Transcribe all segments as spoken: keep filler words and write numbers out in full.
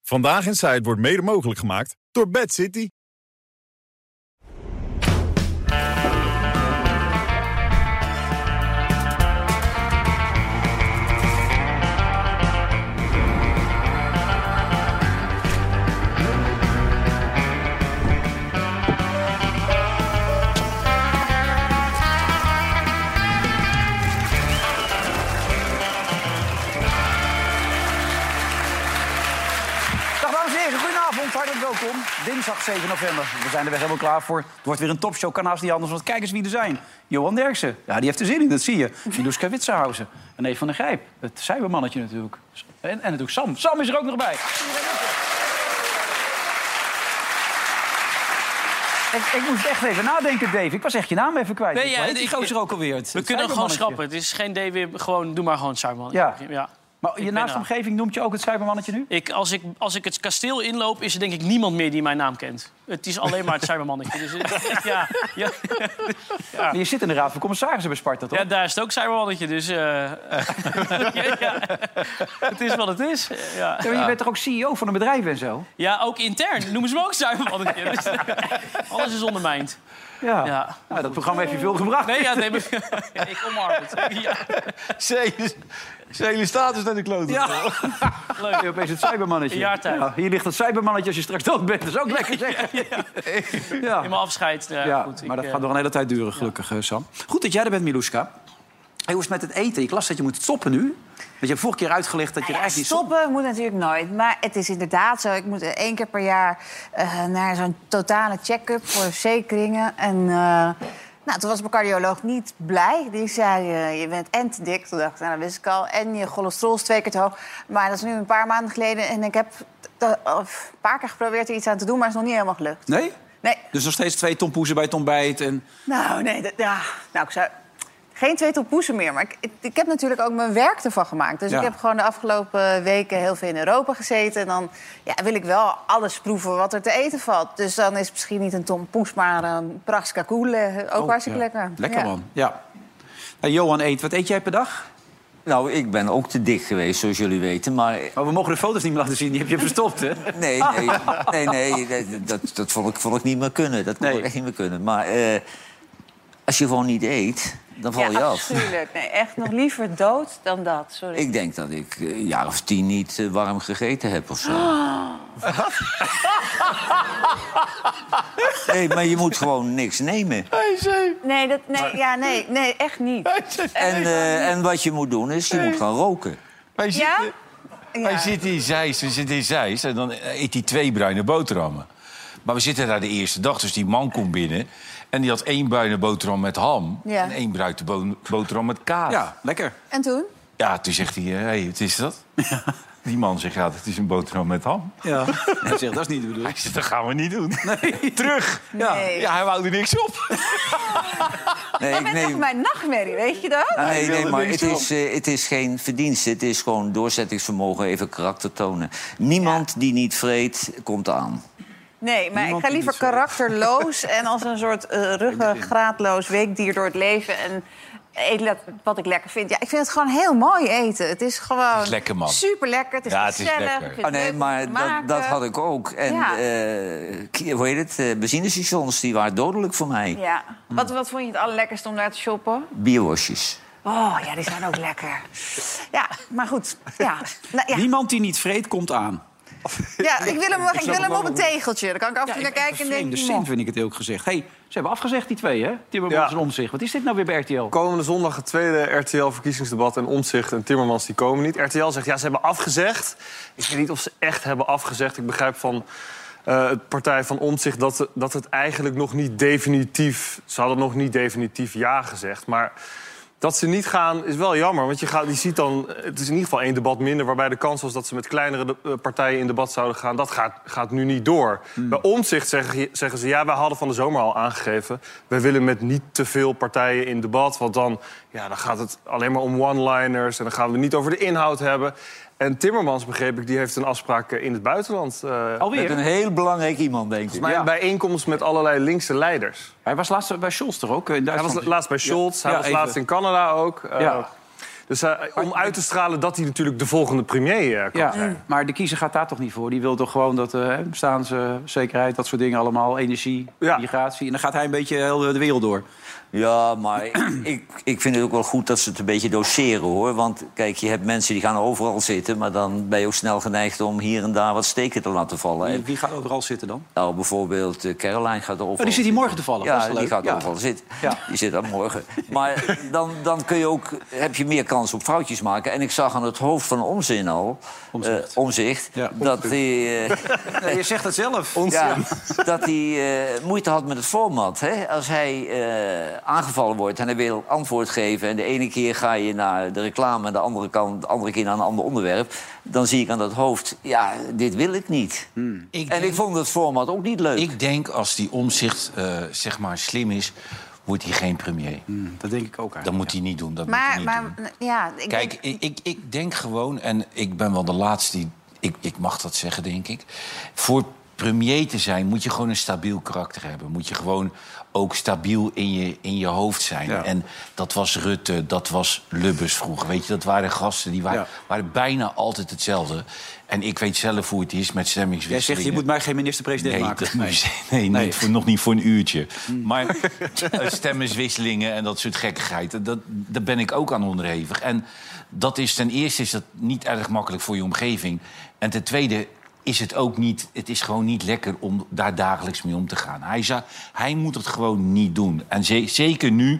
Vandaag in Zuid wordt mede mogelijk gemaakt door Bad City. Hartelijk welkom. Dinsdag zeven november. We zijn er weer helemaal klaar voor. Het wordt weer een topshow. Kan haast niet anders, want kijk eens wie er zijn. Johan Derksen. Ja, die heeft er zin in, dat zie je. Miluska Witsenhausen. En Eve van der Grijp. Het cybermannetje natuurlijk. En, en natuurlijk Sam. Sam is er ook nog bij. Ik, ik moest echt even nadenken, Dave. Ik was echt je naam even kwijt. Nee, ja, Heet die gozer ook alweer? We kunnen hem gewoon schrappen. Het is geen Dave, gewoon, doe maar gewoon cybermannetje. Ja. ja. Maar je naaste omgeving noemt je ook het cybermannetje nu? Ik, als, ik, als ik het kasteel inloop, is er denk ik niemand meer die mijn naam kent. Het is alleen maar het cybermannetje. Dus, ja, ja, ja. Maar je zit in de Raad van Commissarissen bij Sparta, toch? Ja, daar is het ook cybermannetje. Dus uh, ja, ja. Het is wat het is. Ja. Ja, maar je bent toch ook C E O van een bedrijf en zo? Ja, ook intern noemen ze me ook cybermannetje. Dus, alles is ondermijnd. Ja. Ja. Nou, dat programma heeft je veel gebracht. Nee, ja, nee, maar, ja, ik omarm het. Ja. Zijn hele status naar de klote. Ja. Leuk. Je opeens het cybermannetje. Een jaar tijd. Ja, hier ligt het cybermannetje als je straks dood bent. Dat is ook lekker, zeg. Ja, ja. Ja. In mijn afscheid. Ja, ja, goed, maar ik, dat gaat nog een hele tijd duren, gelukkig, ja. Sam. Goed dat jij er bent, Miluska. Hey, hoe is het met het eten? Ik las dat je moet stoppen nu. Want je hebt vorige keer uitgelegd dat je nou er ja, eigenlijk niet... Stoppen moet natuurlijk nooit. Maar het is inderdaad zo. Ik moet één keer per jaar uh, naar zo'n totale check-up voor verzekeringen. En uh, nou, toen was mijn cardioloog niet blij. Die zei, uh, je bent en te dik. Toen dacht ik, nou, dat wist ik al. En je cholesterol is twee keer te hoog. Maar dat is nu een paar maanden geleden. En ik heb uh, een paar keer geprobeerd er iets aan te doen, maar het is nog niet helemaal gelukt. Nee? Nee. Dus nog steeds twee tompoezen bij het ontbijt en... Nou, nee. Dat, ja, nou, ik zou... Geen twee tompoesen meer, maar ik, ik, ik heb natuurlijk ook mijn werk ervan gemaakt. Dus ja. ik heb gewoon de afgelopen weken heel veel in Europa gezeten. En dan ja, wil ik wel alles proeven wat er te eten valt. Dus dan is het misschien niet een tompoes, maar een Praxka Koele. Ook oh, hartstikke ja. lekker. Lekker, ja. man. Ja. Nou, Johan eet. Wat eet jij per dag? Nou, ik ben ook te dik geweest, zoals jullie weten, maar... Oh, we mogen de foto's niet meer laten zien, die heb je verstopt, hè? Nee, nee, nee, nee dat, dat vond, ik, vond ik niet meer kunnen. Dat kon nee. ik echt niet meer kunnen. Maar uh, als je gewoon niet eet... dan val je ja, af. Absoluut. Nee, echt nog liever dood dan dat. Sorry. Ik denk dat ik een jaar of tien niet uh, warm gegeten heb of zo. Oh. Wat? Nee, maar je moet gewoon niks nemen. Nee, dat, nee, ja, nee, nee, echt niet. En, uh, en wat je moet doen is, je moet gaan roken. Wij zitten, ja? wij Ja. zitten in Zeist, we zitten in Zeist en dan eet hij twee bruine boterhammen. Maar we zitten daar de eerste dag, dus die man komt binnen... en die had één bruine boterham met ham Ja. en één bruine bo- boterham met kaas. Ja, lekker. En toen? Ja, toen zegt hij, hé, hey, wat is dat? Ja. Die man zegt, ja, dat is een boterham met ham. Ja. Hij zegt, dat is niet de bedoeling. Hij zegt, dat gaan we niet doen. Nee. Terug. Nee. Ja. ja, hij wou er niks op. Nee, Dat ik bent neem... echt mijn nachtmerrie, weet je dat? Ah, nee, nee, maar niks het is, uh, het is geen verdienste. Het is gewoon doorzettingsvermogen, even karakter tonen. Niemand ja. die niet vreet, komt aan. Nee, maar Niemand ik ga liever die niet karakterloos en als een soort uh, ruggengraatloos weekdier door het leven. En eten wat ik lekker vind. Ja, ik vind het gewoon heel mooi eten. Het is gewoon Het is lekker, man. super lekker. Het is Ja, het is gezellig. lekker. Ik vind Oh, het nee, leuk maar om te dat, maken. dat had ik ook. En Ja. uh, hoe heet het? Uh, benzinestations, die waren dodelijk voor mij. Ja. Wat, wat vond je het allerlekkerste om daar te shoppen? Bierwasjes. Oh, ja, die zijn ook lekker. Ja, maar goed. Ja. Nou, ja. Niemand die niet vreet, komt aan. Ja, ik wil hem, ik wil hem op een tegeltje. Dan kan ik af en toe naar kijken en Vreemde denk zin, ik... vind ik het ook gezegd. Hey, ze hebben afgezegd, die twee, hè? Timmermans Ja. en Omtzigt. Wat is dit nou weer bij R T L? Komende zondag het tweede R T L-verkiezingsdebat en Omtzigt en Timmermans die komen niet. R T L zegt, ja, ze hebben afgezegd. Ik weet niet of ze echt hebben afgezegd. Ik begrijp van uh, het partij van Omtzigt dat, dat het eigenlijk nog niet definitief... Ze hadden nog niet definitief ja gezegd, maar... Dat ze niet gaan is wel jammer, want je, gaat, je ziet dan... Het is in ieder geval één debat minder... waarbij de kans was dat ze met kleinere de, partijen in debat zouden gaan. Dat gaat, gaat nu niet door. Hmm. Bij Omtzigt zeggen, zeggen ze... ja, wij hadden van de zomer al aangegeven... wij willen met niet te veel partijen in debat... want dan, ja, dan gaat het alleen maar om one-liners... en dan gaan we het niet over de inhoud hebben... En Timmermans, begreep ik, die heeft een afspraak in het buitenland. Uh, Alweer? Met een heel belangrijk iemand, denk ik. Maar Ja. een bijeenkomst met allerlei linkse leiders. Hij was laatst bij Scholz toch ook? In Hij Duitsland. was laatst bij Scholz, Ja. hij Ja, was even. laatst in Canada ook. Uh, Ja. Dus uh, om uit te stralen dat hij natuurlijk de volgende premier uh, kan Ja, zijn. maar de kiezer gaat daar toch niet voor? Die wil toch gewoon dat uh, bestaanszekerheid, dat soort dingen allemaal, energie, Ja. migratie. En dan gaat hij een beetje heel de wereld door. Ja, maar ik, ik vind het ook wel goed dat ze het een beetje doseren, hoor. Want kijk, je hebt mensen die gaan overal zitten... maar dan ben je ook snel geneigd om hier en daar wat steken te laten vallen. Wie, wie gaat overal zitten dan? Nou, bijvoorbeeld uh, Caroline gaat overal Oh, die zit hier morgen toevallig. Dat is Ja, wel die leuk. gaat Ja. overal zitten. Ja. Die zit daar morgen. Maar dan, dan kun je ook, heb je meer kans op foutjes maken. En ik zag aan het hoofd van Omzin al... Omzicht. Uh, omzicht Ja. dat hij... Uh, Nee, je zegt het zelf. ja, dat hij uh, moeite had met het format. Hè? Als hij uh, aangevallen wordt en hij wil antwoord geven... en de ene keer ga je naar de reclame... en de andere, kant, de andere keer naar een ander onderwerp... dan zie ik aan dat hoofd, ja, dit wil ik niet. Hmm. Ik En denk, ik vond het format ook niet leuk. ik denk als die Omtzigt uh, zeg maar slim is, wordt hij geen premier. Hmm, dat denk ik ook eigenlijk. Dat moet hij niet doen. Dat moet Maar, hij niet maar doen. ja, ik Kijk, denk- ik, ik, ik denk gewoon, en ik ben wel de laatste die... Ik, ik mag dat zeggen, denk ik. Voor premier te zijn moet je gewoon een stabiel karakter hebben. Moet je gewoon ook stabiel in je, in je hoofd zijn. Ja. En dat was Rutte, dat was Lubbers vroeger. Weet je, dat waren gasten, die waren, Ja. waren bijna altijd hetzelfde. En ik weet zelf hoe het is met Jij stemmingswisselingen. zegt, je moet mij geen minister-president Nee, maken. dat moet je- nee, Nee. Niet voor, nog niet voor een uurtje. Maar uh, stemmingswisselingen en dat soort gekkigheid... Dat, daar ben ik ook aan onderhevig. En dat is, ten eerste is dat niet erg makkelijk voor je omgeving. En ten tweede is het ook niet... Het is gewoon niet lekker om daar dagelijks mee om te gaan. Hij, zou, hij moet het gewoon niet doen. En ze, zeker nu...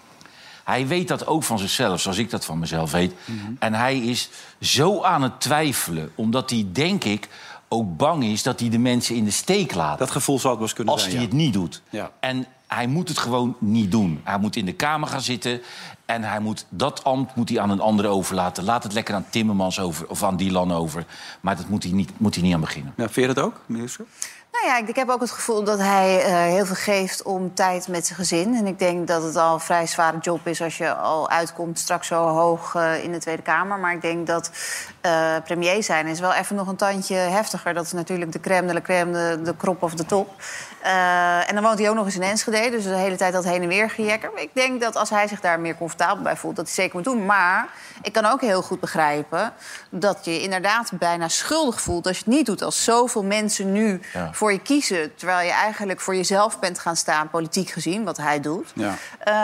Hij weet dat ook van zichzelf, zoals ik dat van mezelf weet. Mm-hmm. En hij is zo aan het twijfelen, omdat hij, denk ik, ook bang is... dat hij de mensen in de steek laat. Dat gevoel zou het wel eens kunnen Als zijn, hij ja. het niet doet. Ja. En hij moet het gewoon niet doen. Hij moet in de Kamer gaan zitten en hij moet, dat ambt moet hij aan een ander overlaten. Laat het lekker aan Timmermans over of aan Dylan over. Maar dat moet hij niet, moet hij niet aan beginnen. Ja, vind je dat ook, minister? Nou ja, ik, ik heb ook het gevoel dat hij uh, heel veel geeft om tijd met zijn gezin. En ik denk dat het al een vrij zware job is als je al uitkomt straks zo hoog uh, in de Tweede Kamer. Maar ik denk dat uh, premier zijn is wel even nog een tandje heftiger. Dat is natuurlijk de crème de la crème, de, de krop of de top. Uh, en dan woont hij ook nog eens in Enschede, dus de hele tijd dat heen en weer gejekker. Ik denk dat als hij zich daar meer comfortabel bij voelt, dat hij zeker moet doen. Maar ik kan ook heel goed begrijpen dat je inderdaad bijna schuldig voelt als je het niet doet. Als zoveel mensen nu Ja. voor je kiezen, terwijl je eigenlijk voor jezelf bent gaan staan, politiek gezien, wat hij doet. Ja.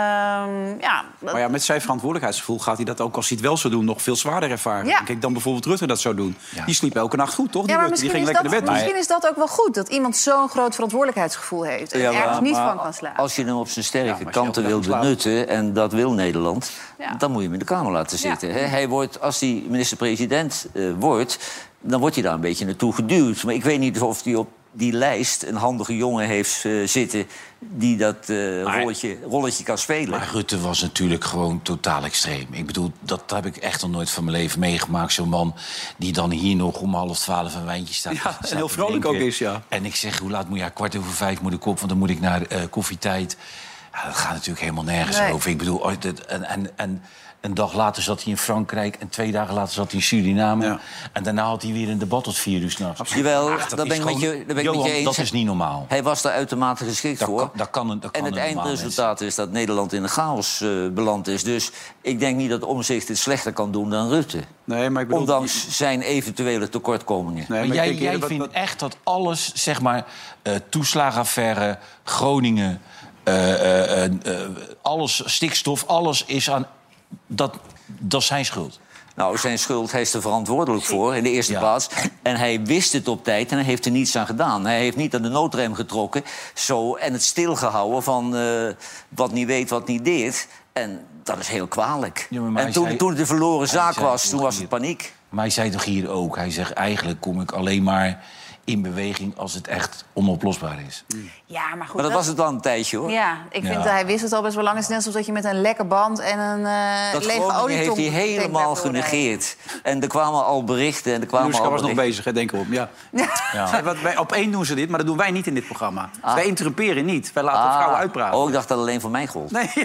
Um, ja, dat... Maar ja, met zijn verantwoordelijkheidsgevoel gaat hij dat ook, als hij het wel zou doen, nog veel zwaarder ervaren. Ja. Kijk, dan bijvoorbeeld Rutte dat zou doen. Ja. Die sliep elke nacht goed, toch? Die Ja, maar Rutte, die misschien, ging is lekker dat, naar bed. misschien is dat ook wel goed. Dat iemand zo'n groot verantwoordelijkheidsgevoel heeft. En Ja, maar- ergens niet maar van kan slaan. Als je hem op zijn sterke Ja, maar als je kanten elke wil dag moet benutten, en dat wil Nederland... Ja. dan moet je hem in de Kamer laten zitten. Hè? Hij wordt, als hij minister-president uh, wordt, dan wordt hij daar een beetje naartoe geduwd. Maar ik weet niet of hij op die lijst een handige jongen heeft uh, zitten... die dat uh, Maar- rolletje, rolletje kan spelen. Maar Rutte was natuurlijk gewoon totaal extreem. Ik bedoel, dat heb ik echt nog nooit van mijn leven meegemaakt. Zo'n man die dan hier nog om half twaalf een wijntje staat. Ja, staat en heel te vrolijk drinken. ook is, ja. En ik zeg, hoe laat moet je? Ja, kwart over vijf moet ik op, want dan moet ik naar uh, koffietijd. Ja, dat gaat natuurlijk helemaal nergens Nee. over. Ik bedoel, ooit het- en, en, en een dag later zat hij in Frankrijk... en twee dagen later zat hij in Suriname. Ja. En daarna had hij weer een debat tot vier uur s'nachts. Jawel, Ach, dat daar is ben ik met gewoon- je, daar ben ik Johan, met je eens. dat is niet normaal. Hij was daar uitermate geschikt Dat voor. kan, dat kan, een- dat kan En het een normaal eindresultaat is dat Nederland in de chaos uh, beland is. Dus ik denk niet dat Omtzigt het slechter kan doen dan Rutte. Nee, maar ik bedoel... Ondanks zijn eventuele tekortkomingen. Nee, Maar maar jij, ik denk, jij wat- vindt wat- echt dat alles, zeg maar, uh, toeslagenaffaire, Groningen, uh, uh, uh, uh, alles, stikstof, alles is aan... Dat, dat is zijn schuld. Nou, zijn schuld, hij is er verantwoordelijk voor in de eerste Ja. plaats. En hij wist het op tijd en hij heeft er niets aan gedaan. Hij heeft niet aan de noodrem getrokken zo, en het stilgehouden van uh, wat niet weet, wat niet deert. En dat is heel kwalijk. Ja, maar hij en toen, zei- toen het de verloren zaak zei was, toch toen was hier- het paniek. Maar hij zei toch hier ook, hij zegt eigenlijk kom ik alleen maar in beweging als het echt onoplosbaar is. Ja, maar goed. Maar dat was het wel een tijdje, hoor. Ja, ik vind Ja. dat hij wist het al best wel lang. Het is net alsof dat je met een lekker band en een uh, Dat lege Groningen olietong... heeft hij helemaal genegeerd. En er kwamen al berichten. En er kwamen Noeska al was nog berichten. bezig, hè, denk erom. Ja. Ja. Ja, wat wij, op één doen ze dit, maar dat doen wij niet in dit programma. Ah. Wij interrumperen niet. Wij laten Ah. vrouwen uitpraten. Oh, ik dacht dat alleen voor mij gold. Nee, ja.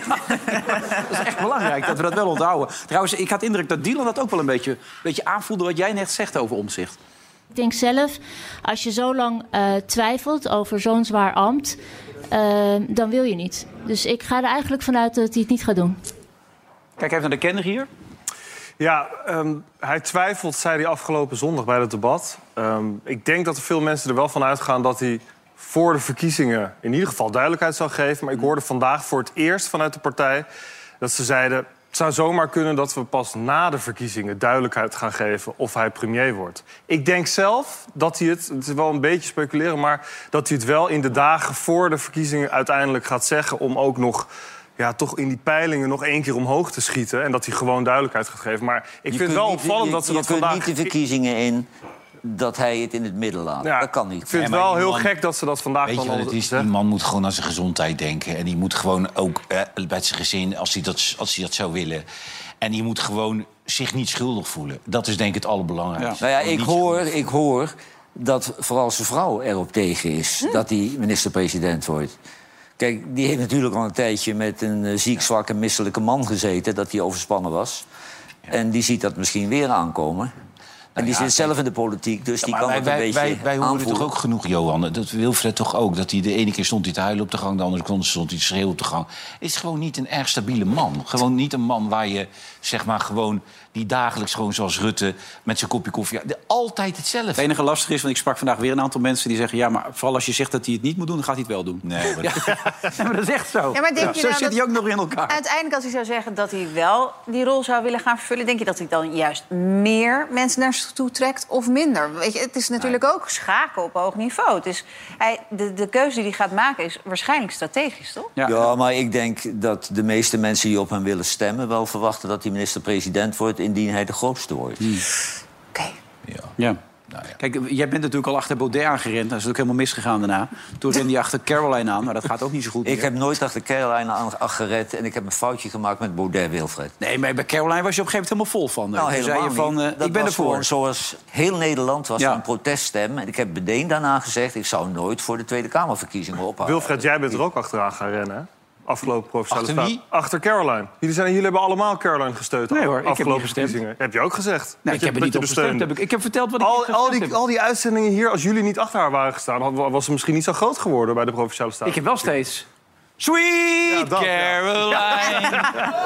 Dat is echt belangrijk dat we dat wel onthouden. Trouwens, ik had de indruk dat Dylan dat ook wel een beetje, beetje aanvoelde... wat jij net zegt over Omtzigt. Ik denk zelf, als je zo lang uh, twijfelt over zo'n zwaar ambt, uh, dan wil je niet. Dus ik ga er eigenlijk vanuit dat hij het niet gaat doen. Kijk even naar de kenner hier. Ja, um, hij twijfelt, zei hij afgelopen zondag bij het debat. Um, ik denk dat er veel mensen er wel van uitgaan dat hij voor de verkiezingen in ieder geval duidelijkheid zou geven. Maar ik hoorde vandaag voor het eerst vanuit de partij dat ze zeiden... het zou zomaar kunnen dat we pas na de verkiezingen duidelijkheid gaan geven of hij premier wordt. Ik denk zelf dat hij het, het is wel een beetje speculeren, maar dat hij het wel in de dagen voor de verkiezingen uiteindelijk gaat zeggen om ook nog... ja, toch in die peilingen nog één keer omhoog te schieten. En dat hij gewoon duidelijkheid gaat geven. Maar ik Je vind het wel niet- opvallend je- dat ze je dat kunt vandaag... niet de verkiezingen in dat hij het in het midden laat. Ja, Dat kan niet. Ik vind het Ja, maar wel die heel man- gek dat ze dat vandaag Weet je dan wat al het is? Die zeggen. man moet gewoon aan zijn gezondheid denken. En die moet gewoon ook eh, bij zijn gezin, als hij, dat, als hij dat zou willen... en die moet gewoon zich niet schuldig voelen. Dat is denk ik het allerbelangrijkste. Nou ja, Gewoon ik niet hoor, schuldig. ik hoor dat vooral zijn vrouw erop tegen is... dat hij minister-president wordt. Kijk, die heeft natuurlijk al een tijdje met een uh, ziek, zwak en misselijke man gezeten... dat hij overspannen was. En die ziet dat misschien weer aankomen. En die ja, zit zelf in de politiek, dus die Maar kan wij, het een wij, beetje wij, wij horen aanvoelen. toch ook genoeg, Johan. Dat Wilfred toch ook. Dat hij de ene keer stond hij te huilen op de gang... de andere keer stond hij te schreeuwen op de gang. Is gewoon niet een erg stabiele man. Gewoon niet een man waar je, zeg maar, gewoon... die dagelijks gewoon zoals Rutte met zijn kopje koffie... Ja, de- altijd hetzelfde. Het enige lastige is, want ik sprak vandaag weer een aantal mensen die zeggen... ja, maar vooral als je zegt dat hij het niet moet doen, dan gaat hij het wel doen. Nee, maar Ja, ja, maar dat is echt zo. Ja, maar denk je zo nou zit dat- hij ook nog in elkaar. Uiteindelijk, als hij zou zeggen dat hij wel die rol zou willen gaan vervullen... denk je dat hij dan juist meer mensen naar zich toe trekt of minder? Weet je, het is natuurlijk ook schaken op hoog niveau. Het is, hij, de, de keuze die hij gaat maken is waarschijnlijk strategisch, toch? Ja. Ja, maar ik denk dat de meeste mensen die op hem willen stemmen... wel verwachten dat hij minister-president wordt... indien hij de grootste wordt. Oké. Ja. Nou ja. Kijk, jij bent natuurlijk al achter Baudet aangerend. Dat is ook helemaal misgegaan daarna. Toen rende hij achter Caroline aan, maar dat gaat ook niet zo goed Ik meer. heb nooit achter Caroline aan gered... en ik heb een foutje gemaakt met Baudet, Wilfred. Nee, maar bij Caroline was je op een gegeven moment helemaal vol van. Nou, Toen helemaal zei je van, niet. eh, Dat ik ben was ervoor. gewoon zoals heel Nederland was Ja. een proteststem. En ik heb meteen daarna gezegd... ik zou nooit voor de Tweede Kamerverkiezingen ophouden. Wilfred, jij bent er ook achteraan gaan rennen, hè? Afgelopen Provinciale Achter wie? Staten. Achter Caroline. Jullie, zijn, jullie hebben allemaal Caroline gesteund. Nee hoor, ik heb afgelopen niet gestemd. verkiezingen. Heb je ook gezegd? Nee, Dat ik je- heb er dat niet je op er gestemd. steunde. Heb ik, ik heb verteld wat ik Al, gestemd al, die, heb. al die uitzendingen hier, als jullie niet achter haar waren gestaan... had- was ze misschien niet zo groot geworden bij de Provinciale Staten. Ik heb wel steeds... Sweet Ja, dat, ja. Caroline.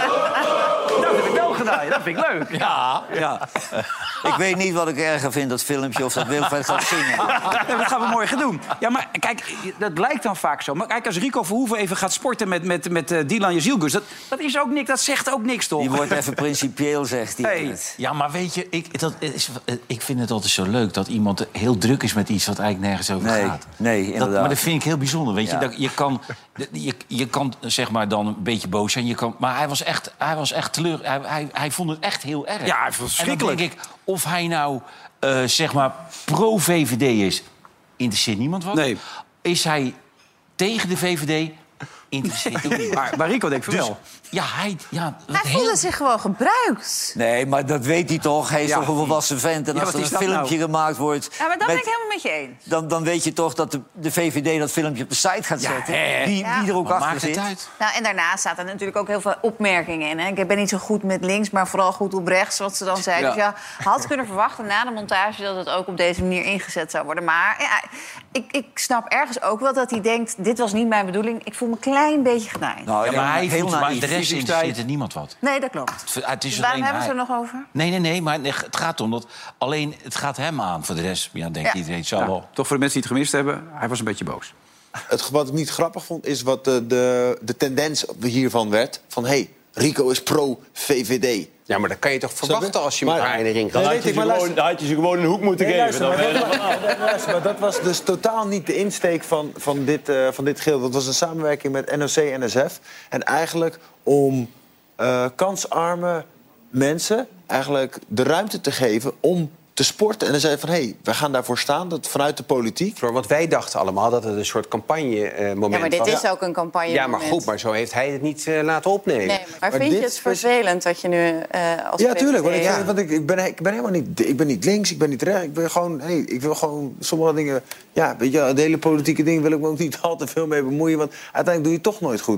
Dat heb ik wel gedaan. Dat vind ik leuk. Ja. ja. Ik weet niet wat ik erger vind, dat filmpje of dat Wilfred gaat zingen. Ja, dat gaan we morgen doen. Ja, maar kijk, dat lijkt dan vaak zo. Maar kijk, als Rico Verhoeven even gaat sporten met, met, met uh, Dylan Jezielgus... Dat, dat is ook niks, dat zegt ook niks, toch? Die wordt even principieel, zegt hij. Hey. Ja, maar weet je, ik, dat is, ik vind het altijd zo leuk... dat iemand heel druk is met iets wat eigenlijk nergens over Nee, gaat. nee, dat, inderdaad. maar dat vind ik heel bijzonder, weet Ja. je. Dat, je, kan, je. Je kan zeg maar dan een beetje boos zijn. Je kan, maar hij was echt, hij was echt teleur. Hij, hij, hij vond het echt heel erg. Ja, verschrikkelijk. En dan denk ik, of hij nou uh, zeg maar pro-V V D is... interesseert niemand wat. Nee. Is hij tegen de V V D... interesseert ook niemand. Maar, maar Rico denkt van Dus, wel. ja, hij... Ja, Hij heel- voelde zich gewoon gebruikt. Nee, maar dat weet hij toch. Hij is Ja. toch een volwassen vent. En Ja, als wat er is een dat filmpje nou? gemaakt wordt... Ja, maar dat met- ben ik helemaal met je eens. dan, dan weet je toch dat de, de V V D dat filmpje op de site gaat Ja, zetten. hè? Wie, Ja. wie er ook Wat achter maakt het zit. uit? Nou, en daarnaast zaten er natuurlijk ook heel veel opmerkingen in. Hè. Ik ben niet zo goed met links, maar vooral goed op rechts, wat ze dan zeiden. Ja. Dus ja, had kunnen verwachten na de montage dat het ook op deze manier ingezet zou worden. Maar ja, ik, ik snap ergens ook wel dat hij denkt, dit was niet mijn bedoeling. Ik voel me een klein beetje genaaid. Nou, Ja, maar hij heel voelt, maar naïef. de rest Fysiek interesseert er niemand wat. Nee, dat klopt. Het, het is Dus waarom alleen hebben ze hij. er nog over? Nee, nee, nee, maar het gaat om dat... alleen, het gaat hem aan. Voor de rest, ja, denk Ja. iedereen, het zal Ja, wel... toch voor de mensen die het gemist hebben, hij was een beetje boos. Het, wat ik niet grappig vond, is wat de, de, de tendens hiervan werd. Van, hé, hey, Rico is pro-V V D. Ja, maar dat kan je toch verwachten je? als je met Maar- haar in de ring Dan gaat? weet ik, maar luister. Dan had je ze gewoon een hoek moeten Nee, geven. luister, Dan maar, dat, was- luister, maar dat was dus totaal niet de insteek van, van, dit, uh, van dit geheel. Dat was een samenwerking met N O C en N S F. En eigenlijk om uh, kansarme mensen eigenlijk de ruimte te geven om te sporten. En dan zei je van, hé, hey, wij gaan daarvoor staan, dat vanuit de politiek. Want wij dachten allemaal dat het een soort campagne-moment Ja, maar dit was. is ook een campagne. Ja, maar goed, maar zo heeft hij het niet uh, laten opnemen. Nee, maar, Maar vind dit je het is- vervelend wat je nu uh, als Ja, tuurlijk. Want, ik, V V D vind- want ik, ik, ben, ik ben helemaal niet, ik ben niet links, ik ben niet rechts. Ik ben gewoon, hey, ik wil gewoon sommige dingen... Ja, weet je, de hele politieke ding wil ik me ook niet al te veel mee bemoeien. Want uiteindelijk doe je het toch nooit goed.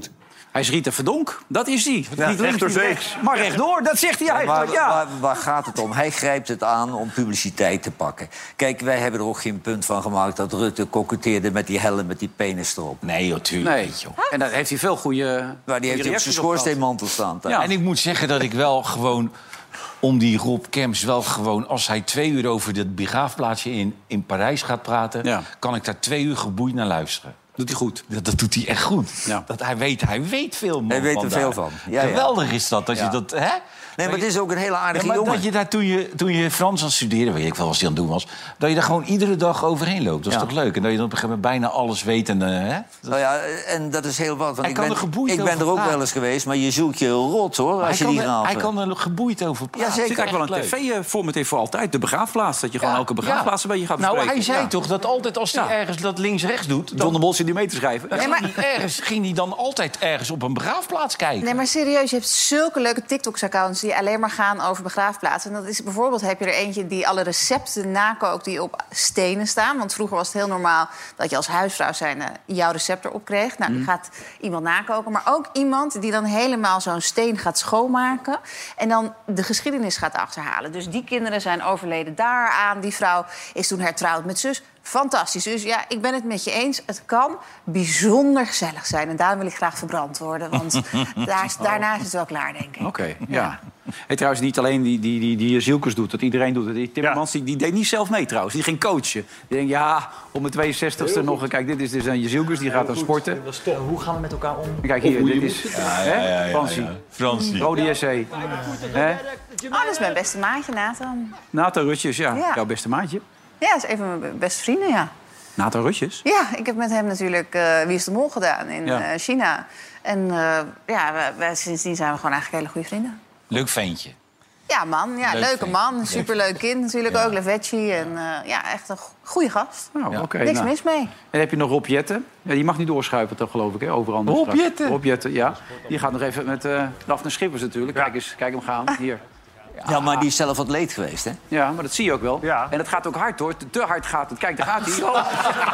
Hij is Rita Verdonk, dat is hij. Ja, niet links, recht door niet zee. rechts, maar rechtdoor, dat zegt hij Maar eigenlijk, ja. waar, waar gaat het om? Hij grijpt het aan om publiciteit te pakken. Kijk, wij hebben er ook geen punt van gemaakt dat Rutte koketteerde met die helm met die penis erop. Nee, joh, tuurlijk. Nee, en daar heeft hij veel goede. Maar die heeft hij op zijn schoorsteenmantel staan. Ja. En ik moet zeggen dat ik wel gewoon om die Rob Kemps wel gewoon... als hij twee uur over dat begraafplaatsje in, in Parijs gaat praten... Ja. kan ik daar twee uur geboeid naar luisteren. Doet hij goed. Dat, dat doet hij echt goed. Ja. Dat hij, weet, hij weet veel, man. Hij weet er van veel daar. van. Ja, ja. Geweldig is dat, dat Ja. je dat... Hè? Nee, maar het is ook een hele Ja, aardige maar jongen. dat je daar toen je, toen je Frans aan het studeren, weet ik wel wat hij aan het doen was... dat je daar gewoon iedere dag overheen loopt. Dat is Ja. toch leuk? En dat je dan op een gegeven moment bijna alles weet. En, uh, hè? Dat- Nou ja, en dat is heel wat. Want Hij ik kan ben, er geboeid ik ben over er ook praten. wel eens geweest, maar je zoekt je rot, hoor, hij, als je kan die er, graven. hij kan er geboeid over praten. Ja, Het zeker. zit eigenlijk wel een Echt leuk. tv-format voor altijd. De begraafplaats. Dat je gewoon Ja, elke begraafplaats een beetje gaat Nou, bespreken. hij zei Ja. toch dat altijd als hij Ja. ergens dat links-rechts doet... John de Mol zit die mee te schrijven. Dan ging, hij ergens, ging hij dan altijd ergens op een begraafplaats kijken. Nee, maar serieus, je hebt zulke leuke TikToks-accounts... die alleen maar gaan over begraafplaatsen. En dat is bijvoorbeeld, heb je er eentje die alle recepten nakookt... die op stenen staan. Want vroeger was het heel normaal dat je als huisvrouw zijn, uh, jouw recept erop kreeg. Nou, die gaat iemand nakoken. Maar ook iemand die dan helemaal zo'n steen gaat schoonmaken... en dan de geschiedenis gaat achterhalen. Dus die kinderen zijn overleden daaraan. Die vrouw is toen hertrouwd met zus. Fantastisch. Dus ja, ik ben het met je eens. Het kan bijzonder gezellig zijn. En daarom wil ik graag verbrand worden. Want daar, is- daarna is het wel klaar, denk ik. Oké, ja. Hey, trouwens, niet alleen die, die, die, die Zielkes doet, dat iedereen doet het. Die Timmermans die, die deed niet zelf mee trouwens. Die ging coachen. Die denkt, ja, om de tweeënzestigste nog... Kijk, dit is dus een Zielkes, die gaat dan sporten. Hoe gaan we met elkaar om? Kijk hier, dit is... Ja, ja, ja, ja, Fransie. ja. Fransie. Rode S C. Hè? Oh, dat is mijn beste maatje, Nathan. Nathan Rutjes, ja. Ja. Jouw beste maatje. Ja, dat is een van mijn beste vrienden, ja. Nathan Rutjes. Ja, ik heb met hem natuurlijk eh, Wie is de Mol gedaan in Ja. eh, China. En eh, ja, we, we- sindsdien zijn we gewoon eigenlijk hele goede vrienden. Leuk ventje. Ja, man. Ja, Leuk leuke vent. man. Superleuk kind natuurlijk ook. Levetchi. En eh, ja, echt een go- goede gast. Nou, Ja. oké. Niks nou. mis mee. En dan heb je nog Rob Jetten. Ja, die mag niet doorschuiven, toch, geloof ik, hè? Overal. Rob Jetten? Rob Jetten, ja. Die gaat nog even met uh, Daphne Schippers natuurlijk. Kijk eens, kijk hem gaan. Hier. Ja, maar die is zelf wat leed geweest, hè? Ja, maar dat zie je ook wel. Ja. En het gaat ook hard, hoor. Te, te hard gaat het. Kijk, daar gaat hij. Oh.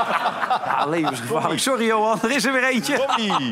Ja, levensgevaarlijk. Sorry, Johan. Er is er weer eentje.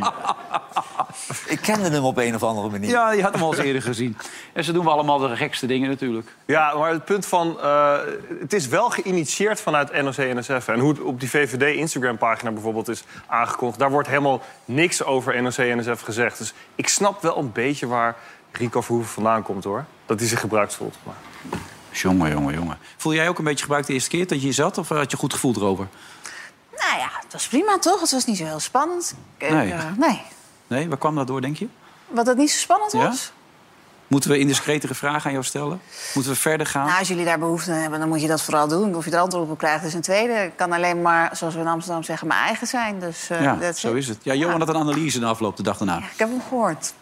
Ik kende hem op een of andere manier. Ja, die had hem al eens eerder gezien. En ze doen we allemaal de gekste dingen natuurlijk. Ja, maar het punt van... eh, het is wel geïnitieerd vanuit N O C N S F. En hoe het op die V V D-Instagram-pagina bijvoorbeeld is aangekondigd... daar wordt helemaal niks over N O C N S F gezegd. Dus ik snap wel een beetje waar Rico Verhoeven vandaan komt, hoor. Dat hij zich gebruikt voelt. Maar... Jongen, jongen, jongen. Voel jij ook een beetje gebruikt de eerste keer dat je hier zat? Of had je goed gevoel erover? Nou ja, het was prima, toch? Het was niet zo heel spannend. Ik, Nee. eh, nee. Nee, waar kwam dat door, denk je? Wat het niet zo spannend Ja? was? Moeten we indiscretere vragen aan jou stellen? Moeten we verder gaan? Nou, als jullie daar behoefte aan hebben, dan moet je dat vooral doen. Of je er antwoord op krijgt, is een tweede. Ik kan alleen maar, zoals we in Amsterdam zeggen, mijn eigen zijn. Dus uh, ja, that's zo it. is het. Ja, Johan had een analyse de afgelopen de dag daarna. Ik heb hem gehoord.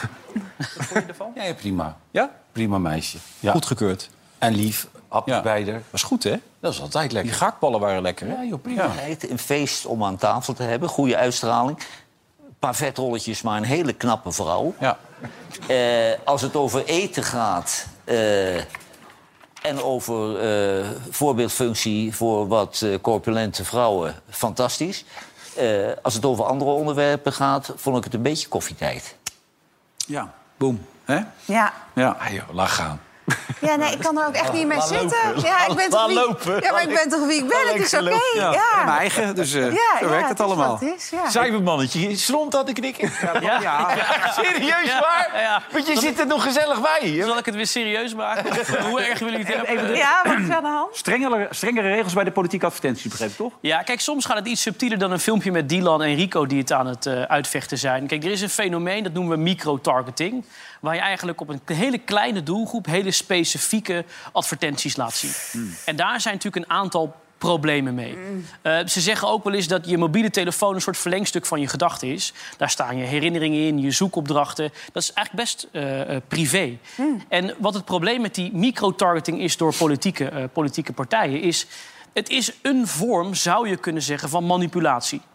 Ja, ja, prima. Ja? Prima meisje. Ja. Goedgekeurd. En lief. Hapjes Ja. bij haar. Was goed, hè? Dat is altijd lekker. Die gehaktballen waren lekker, hè? Ja, joh, prima. Een feest om aan tafel te hebben. Goede uitstraling. Een paar vetrolletjes, maar een hele knappe vrouw. Ja. Eh, als het over eten gaat... eh, en over eh, voorbeeldfunctie voor wat eh, corpulente vrouwen, fantastisch. Eh, als het over andere onderwerpen gaat, vond ik het een beetje koffietijd. Ja, boem. Hè? Ja. Ja. Ah, joh, laat gaan. Ja, nee, ik kan er ook echt niet meer Laat zitten. lopen. Ja, ik ben toch Laat wie... lopen. Ja, maar ik ben toch wie ik ben. Het is oké. Ja. Ja. En mijn eigen, dus uh, Ja, zo ja, werkt het is allemaal. wat het is, ja. Cijfermannetje, stront aan de knikken. Ja. Ja. Serieus Ja, waar? ja. Want je zit er nog gezellig bij. Zal ik het weer serieus maken? Of, uh, hoe erg willen jullie het hebben? Ja, wat is aan de hand? Strengere, strengere regels bij de politieke advertenties, begreep ik toch? Ja, kijk, soms gaat het iets subtieler dan een filmpje met Dylan en Rico die het aan het uh, uitvechten zijn. Kijk, er is een fenomeen, dat noemen we micro-targeting. Waar je eigenlijk op een hele kleine doelgroep hele specifieke advertenties laat zien. Mm. En daar zijn natuurlijk een aantal problemen mee. Mm. Uh, ze zeggen ook wel eens dat je mobiele telefoon een soort verlengstuk van je gedachten is. Daar staan je herinneringen in, je zoekopdrachten. Dat is eigenlijk best uh, uh, privé. Mm. En wat het probleem met die micro-targeting is door politieke, uh, politieke partijen is... het is een vorm, zou je kunnen zeggen, van manipulatie.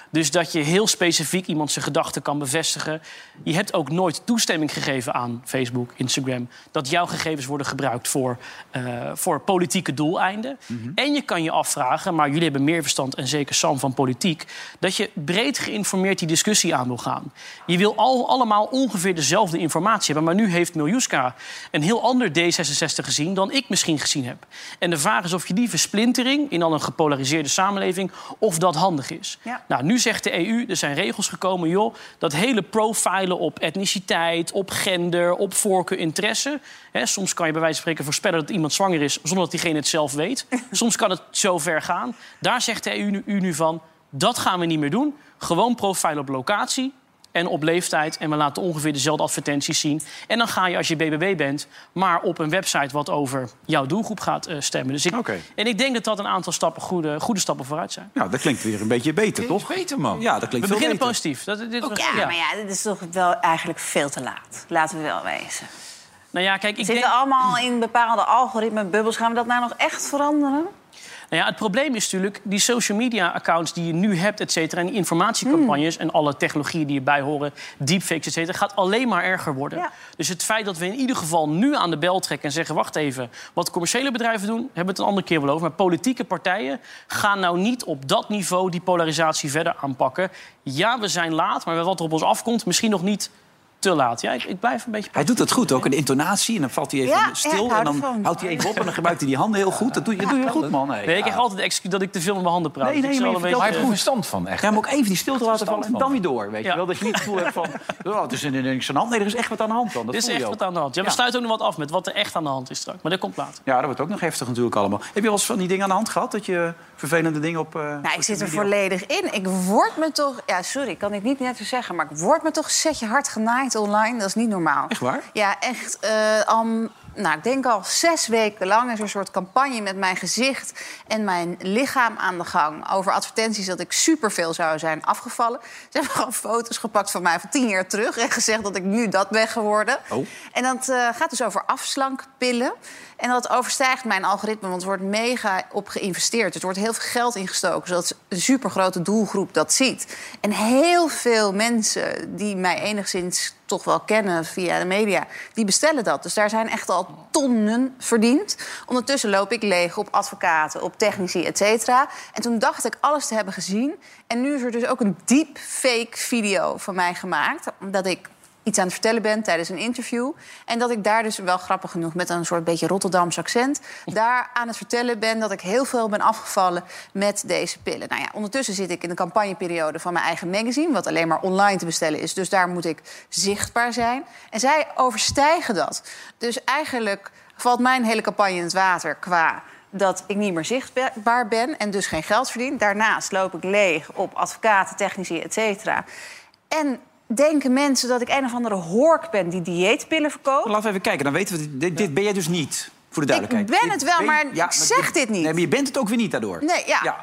Dus dat je heel specifiek iemand zijn gedachten kan bevestigen. Je hebt ook nooit toestemming gegeven aan Facebook, Instagram... dat jouw gegevens worden gebruikt voor, uh, voor politieke doeleinden. Mm-hmm. En je kan je afvragen, maar jullie hebben meer verstand... en zeker Sam van politiek... dat je breed geïnformeerd die discussie aan wil gaan. Je wil al, allemaal ongeveer dezelfde informatie hebben... maar nu heeft Miljuska een heel ander D zesenzestig gezien... dan ik misschien gezien heb. En de vraag is of je die versplintering... in al een gepolariseerde samenleving, of dat handig is. Ja. Nou, nu zegt de E U, er zijn regels gekomen... joh, dat hele profilen op etniciteit, op gender, op voorkeur, interesse... Hè, soms kan je bij wijze van spreken voorspellen dat iemand zwanger is... zonder dat diegene het zelf weet. Soms kan het zo ver gaan. Daar zegt de E U nu, U nu van, dat gaan we niet meer doen. Gewoon profilen op locatie en op leeftijd. En we laten ongeveer dezelfde advertenties zien. En dan ga je, als je B B B bent, maar op een website... wat over jouw doelgroep gaat uh, stemmen. Dus ik, okay. En ik denk dat dat een aantal stappen goede, goede stappen vooruit zijn. Nou, dat klinkt weer een beetje beter, toch? Beter, man. Ja, dat klinkt we veel beginnen beter. positief. Dat, dit was, ja, ja, maar ja, dit is toch wel eigenlijk veel te laat. Laten we wel wezen. Nou ja, kijk, ik Zitten denk... allemaal in bepaalde algoritme-bubbels. Gaan we dat nou nog echt veranderen? Nou ja, het probleem is natuurlijk die social media-accounts die je nu hebt, et cetera, en die informatiecampagnes mm. en alle technologieën die erbij horen, deepfakes, et cetera, gaat alleen maar erger worden. Ja. Dus het feit dat we in ieder geval nu aan de bel trekken en zeggen, wacht even, wat commerciële bedrijven doen, hebben we het een andere keer wel over. Maar politieke partijen gaan nou niet op dat niveau die polarisatie verder aanpakken. Ja, we zijn laat, maar wat er op ons afkomt, misschien nog niet te laat. Ja, ik, ik blijf een beetje... Hij doet het goed ook, in de intonatie. En dan valt hij even ja, stil. Ja, en dan ervan. houdt hij even op en dan gebruikt hij die handen heel goed. Dat doe je, dat doe je goed, man. Nee, nee, ik krijg altijd de excuus dat ik te veel met mijn handen praat. Nee, nee, dus maar je beetje... hij heeft goed verstand van, echt. Ja, maar ook even die stilte laten vallen en dan weer door. Weet ja. je wel? Dat je niet het gevoel hebt van, oh, het is er niks aan de hand. Nee, er is echt wat aan de hand dan. Dat er is echt wat aan de hand. Ja, we ja. sluiten ook nog wat af met wat er echt aan de hand is straks. Maar dat komt later. Ja, dat wordt ook nog heftig natuurlijk allemaal. Heb je wel eens van die dingen aan de hand gehad? Dat je vervelende dingen op... Uh, nou, ik zit er volledig in. Ik word me toch... Ja, sorry, ik kan dit niet net zo zeggen. Maar ik word me toch zet je hard genaaid online. Dat is niet normaal. Echt waar? Ja, echt. Uh, um, nou, ik denk al zes weken lang is er een soort campagne met mijn gezicht en mijn lichaam aan de gang over advertenties dat ik superveel zou zijn afgevallen. Ze hebben gewoon foto's gepakt van mij van tien jaar terug en gezegd dat ik nu dat ben geworden. Oh. En dat uh, gaat dus over afslankpillen. En dat overstijgt mijn algoritme, want er wordt mega op geïnvesteerd. Dus er wordt heel veel geld ingestoken, zodat een supergrote doelgroep dat ziet. En heel veel mensen die mij enigszins toch wel kennen via de media, die bestellen dat. Dus daar zijn echt al tonnen verdiend. Ondertussen loop ik leeg op advocaten, op technici, et cetera. En toen dacht ik alles te hebben gezien. En nu is er dus ook een deepfake video van mij gemaakt, omdat ik iets aan het vertellen ben tijdens een interview. En dat ik daar dus wel grappig genoeg met een soort beetje Rotterdams accent daar aan het vertellen ben dat ik heel veel ben afgevallen met deze pillen. Nou ja, ondertussen zit ik in de campagneperiode van mijn eigen magazine, wat alleen maar online te bestellen is. Dus daar moet ik zichtbaar zijn. En zij overstijgen dat. Dus eigenlijk valt mijn hele campagne in het water qua dat ik niet meer zichtbaar ben en dus geen geld verdien. Daarnaast loop ik leeg op advocaten, technici, et cetera. En denken mensen dat ik een of andere hork ben die dieetpillen verkoopt? Laten we even kijken, dan weten we, dit, dit ben jij dus niet, voor de duidelijkheid. Ik ben het wel, ben, maar ja, ik zeg maar, dit niet. Nee, maar je bent het ook weer niet daardoor. Nee, ja. ja.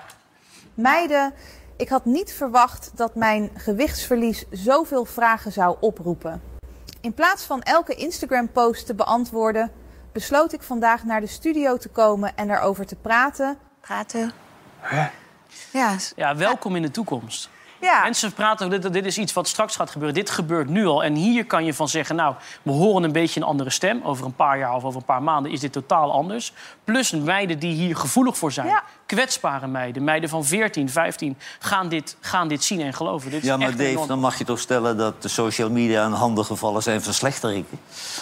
Meiden, ik had niet verwacht dat mijn gewichtsverlies zoveel vragen zou oproepen. In plaats van elke Instagram-post te beantwoorden, besloot ik vandaag naar de studio te komen en erover te praten. Praten? Huh? Ja. Ja, welkom in de toekomst. Ja. Mensen praten, dit, dit is iets wat straks gaat gebeuren. Dit gebeurt nu al. En hier kan je van zeggen, nou, we horen een beetje een andere stem. Over een paar jaar of over een paar maanden is dit totaal anders. Plus meiden die hier gevoelig voor zijn. Ja. Kwetsbare meiden, meiden van veertien, vijftien, gaan dit, gaan dit zien en geloven. Dit is ja, maar echt Dave, enorm. dan mag je toch stellen dat de social media in handen gevallen zijn van slechteriken?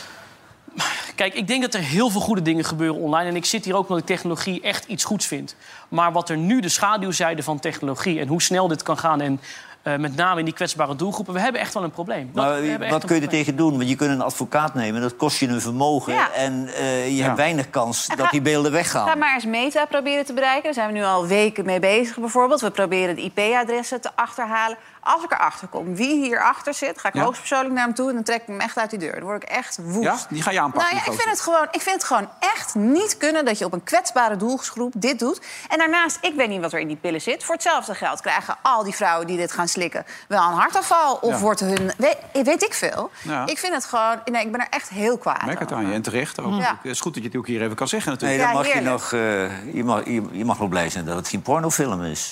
Kijk, ik denk dat er heel veel goede dingen gebeuren online. En ik zit hier ook omdat ik technologie echt iets goeds vind. Maar wat er nu de schaduwzijde van technologie en hoe snel dit kan gaan en uh, met name in die kwetsbare doelgroepen, we hebben echt wel een probleem. Dat, maar wat kun je er tegen doen? Want je kunt een advocaat nemen, dat kost je een vermogen. Ja. En uh, je ja. hebt weinig kans ga, dat die beelden weggaan. Ga maar eens Meta proberen te bereiken. Daar zijn we nu al weken mee bezig bijvoorbeeld. We proberen de I P-adressen te achterhalen. Als ik erachter kom wie hierachter zit, ga ik ja. hoogstpersoonlijk naar hem toe en dan trek ik hem echt uit die deur. Dan word ik echt woest. Ja? Die ga je aanpakken? Nou ja, ik vind, het gewoon, ik vind het gewoon echt niet kunnen dat je op een kwetsbare doelgroep dit doet. En daarnaast, ik weet niet wat er in die pillen zit. Voor hetzelfde geld krijgen al die vrouwen die dit gaan slikken wel een hartaanval. Of ja. wordt hun... Weet, weet ik veel. Ja. Ik vind het gewoon... Nee, ik ben er echt heel kwaad Merk het aan je en terecht ook. Ja. Het is goed dat je het ook hier even kan zeggen natuurlijk. Nee, dan Ja, mag je, heerlijk. nog, uh, je, mag, je, je mag nog blij zijn dat het geen pornofilm is. Nee,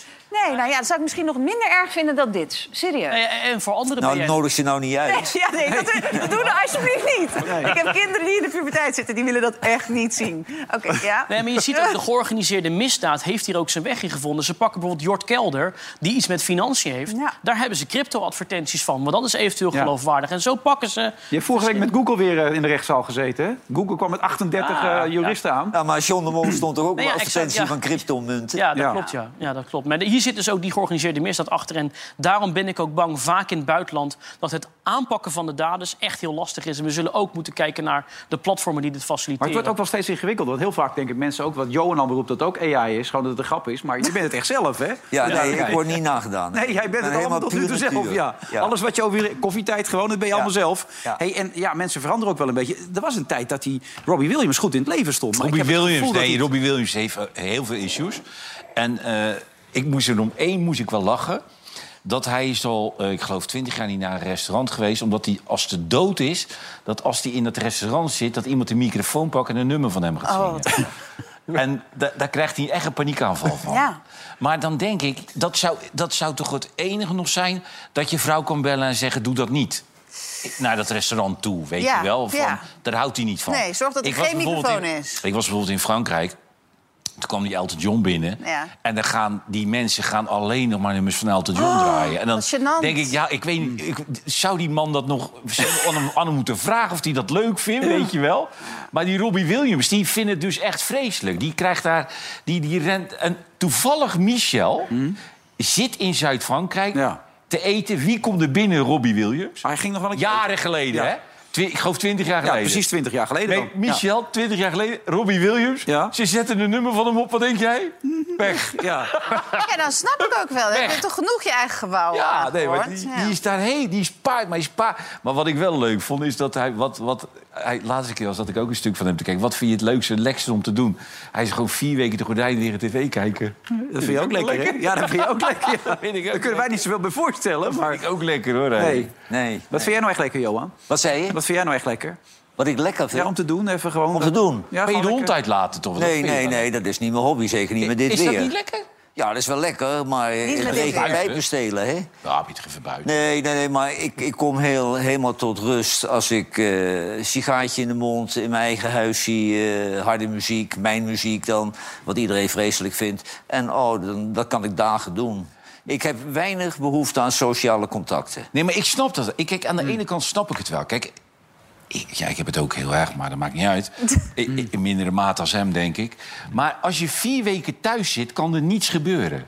Nee, nou ja, dat zou ik misschien nog minder erg vinden dan dit. Serieus. En, en voor anderen Nou, ben jij... nodig je nou niet uit. Nee, ja, nee, dat, dat doen we alsjeblieft niet. Nee. Ik heb kinderen die in de puberteit zitten, die willen dat echt niet zien. Oké, okay, ja. Nee, maar je ziet ook, de georganiseerde misdaad heeft hier ook zijn weg in gevonden. Ze pakken bijvoorbeeld Jort Kelder, die iets met financiën heeft. Ja. Daar hebben ze crypto-advertenties van, want dat is eventueel ja. geloofwaardig. En zo pakken ze... Je hebt vorige week met Google weer uh, in de rechtszaal gezeten, hè? Google kwam met achtendertig uh, juristen ja. aan. Ja, maar John de Mol stond er ook nee, een ja, advertentie exact, ja. van cryptomunten. Ja, dat ja. klopt, ja. ja, dat klopt. Maar hier zit dus ook die georganiseerde misdaad achter. En daarom ben ik ook bang, vaak in het buitenland, dat het aanpakken van de daders echt heel lastig is. En we zullen ook moeten kijken naar de platformen die dit faciliteren. Maar het wordt ook wel steeds ingewikkeld. Want heel vaak denken mensen ook, wat Johan al beroept, dat ook A I is. Gewoon dat het een grap is. Maar je bent het echt zelf, hè? Ja, nee, ik word niet nagedaan. Nee, jij bent het allemaal tot nu toe zelf. Ja. Ja. Alles wat je over koffietijd gewoon, dat ben je ja. allemaal zelf. Ja. Hey, en ja, mensen veranderen ook wel een beetje. Er was een tijd dat die Robbie Williams goed in het leven stond. Maar Robbie Williams, nee, hij... Robbie Williams heeft uh, heel veel issues. En uh, ik moest er om één moest ik wel lachen. Dat hij is al, uh, ik geloof, twintig jaar niet naar een restaurant geweest. Omdat hij, als de dood is, dat als hij in dat restaurant zit, dat iemand de microfoon pakt en een nummer van hem gaat zingen. Oh. En da- daar krijgt hij echt een paniekaanval van. Ja. Maar dan denk ik, dat zou, dat zou toch het enige nog zijn dat je vrouw kan bellen en zeggen, doe dat niet. Naar dat restaurant toe, weet ja, je wel. Van, ja. Daar houdt hij niet van. Nee, zorg dat er geen microfoon in, is. Ik was bijvoorbeeld in Frankrijk. Toen kwam die Elton John binnen. Ja. En dan gaan die mensen gaan alleen nog maar nummers van Elton John oh, draaien. En dan denk ik, ja, ik weet niet, ik, zou die man dat nog aan hem, aan hem moeten vragen of hij dat leuk vindt, ja. weet je wel. Maar die Robbie Williams, die vindt het dus echt vreselijk. Die krijgt daar, die, die rent. En toevallig Michel hmm. zit in Zuid-Frankrijk ja. te eten. Wie komt er binnen, Robbie Williams? Maar hij ging nog wel een jaren geleden, ja. hè? Ik geloof twintig jaar geleden. Ja, precies twintig jaar geleden. Nee, Michel, twintig jaar geleden. Robbie Williams. Ja. Ze zetten een nummer van hem op. Wat denk jij? Weg. Ja, ja dan snap ik ook wel. Dan heb je toch genoeg je eigen gebouw. Ja, nee, maar die, ja. die is daar heen. Die is paard, maar is paard. Maar wat ik wel leuk vond, is dat hij... Wat, wat, hij laatste keer was dat ik ook een stuk van hem te kijken. Wat vind je het leukste en lekkerste om te doen? Hij is gewoon vier weken de gordijnen tegen tv kijken. Dat vind je ook lekker, lekker, hè? Ja, dat vind je ook lekker. Ja. Vind ik ook Daar kunnen wij niet zoveel bij voorstellen. Maar... Dat vind ik ook lekker, hoor. Nee. nee. Wat nee. vind jij nou echt lekker, Johan? Wat zei je? Wat vind jij nou echt lekker? Wat ik lekker vind? Ja, om te doen, even gewoon... Om te doen? Ja, ben je de hond lekker uitlaten, toch? Nee, nee, nee, dat is niet mijn hobby. Zeker niet met dit is weer. Is dat niet lekker? Ja, dat is wel lekker, maar het regen pijpen stelen, hè? Ja, Pieter, even buiten. Nee, nee, nee, maar ik, ik kom heel, helemaal tot rust als ik uh, een sigaartje in de mond, in mijn eigen huis zie, uh, harde muziek, mijn muziek dan, wat iedereen vreselijk vindt. En oh, dan, dat kan ik dagen doen. Ik heb weinig behoefte aan sociale contacten. Nee, maar ik snap dat. Ik, kijk, aan de hmm. ene kant snap ik het wel. Kijk, ik, ja, ik heb het ook heel erg, maar dat maakt niet uit. In mindere mate als hem, denk ik. Maar als je vier weken thuis zit, kan er niets gebeuren.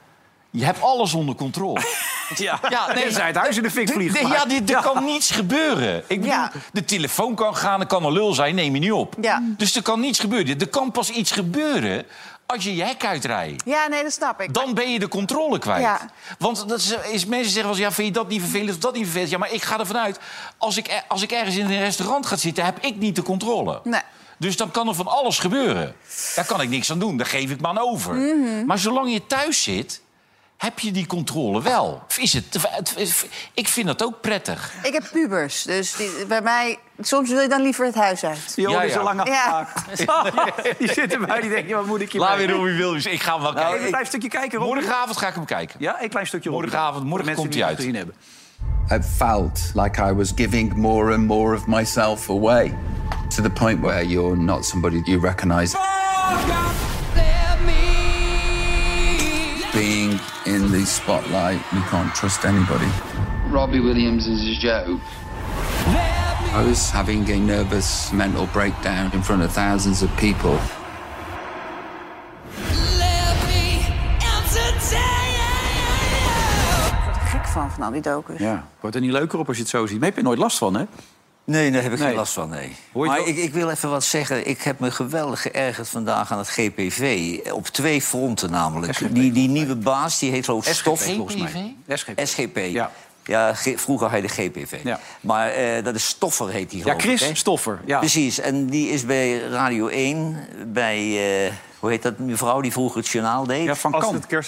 Je hebt alles onder controle. Ja, ja nee, zij het huis in de fik vliegen. Nee, ja, dit, er ja. kan niets gebeuren. Ik bedoel, ja. de telefoon kan gaan, er kan een lul zijn, neem je niet op. Ja. Dus er kan niets gebeuren. Er kan pas iets gebeuren als je je hek uitrijdt. Ja, nee, dat snap ik. Dan ben je de controle kwijt. Ja. Want dat is, is, mensen zeggen wel, ja, vind je dat niet vervelend of dat niet vervelend? Ja, maar ik ga ervan uit, als ik, als ik ergens in een restaurant ga zitten, heb ik niet de controle. Nee. Dus dan kan er van alles gebeuren. Daar kan ik niks aan doen, daar geef ik me aan over. Mm-hmm. Maar zolang je thuis zit, heb je die controle wel. Is het, ik vind dat ook prettig. Ik heb pubers, dus die, bij mij... Soms wil je dan liever het huis uit. Die ja, ja. is zo lang afgemaakt. Ja. Die zitten bij, die denken, wat moet ik hier Laat weer Robbie Williams. Ik ga hem wel nou, kijken. Een klein stukje kijken, Robbie. Morgenavond ga ik hem kijken. Ja, een klein stukje Robbie. Morgenavond, morgen komt hij uit. Hebben. I felt like I was giving more and more of myself away. To the point where you're not somebody you recognize. Being in the spotlight, we can't trust anybody. Robbie Williams is a joke. I was having a nervous mental breakdown in front of thousands of people. Ik word er gek van, van al die docus. Ja, wordt er niet leuker op als je het zo ziet. Maar heb je nooit last van, hè? Nee, daar heb ik nee. geen last van, nee. Maar ik, ik wil even wat zeggen. Ik heb me geweldig geërgerd vandaag aan het G P V. Op twee fronten namelijk. Die, die nieuwe baas, die heet geloof ik Stof. volgens mij. S G P. Ja. Ja, vroeger had je de G P V. Ja. Maar uh, dat is Stoffer, heet die geloof Ja, Chris ik, Stoffer. Ja. Precies, en die is bij Radio één, bij... Uh, hoe heet dat mevrouw die vroeger het journaal deed? Ja, van Astrid Kersenboom.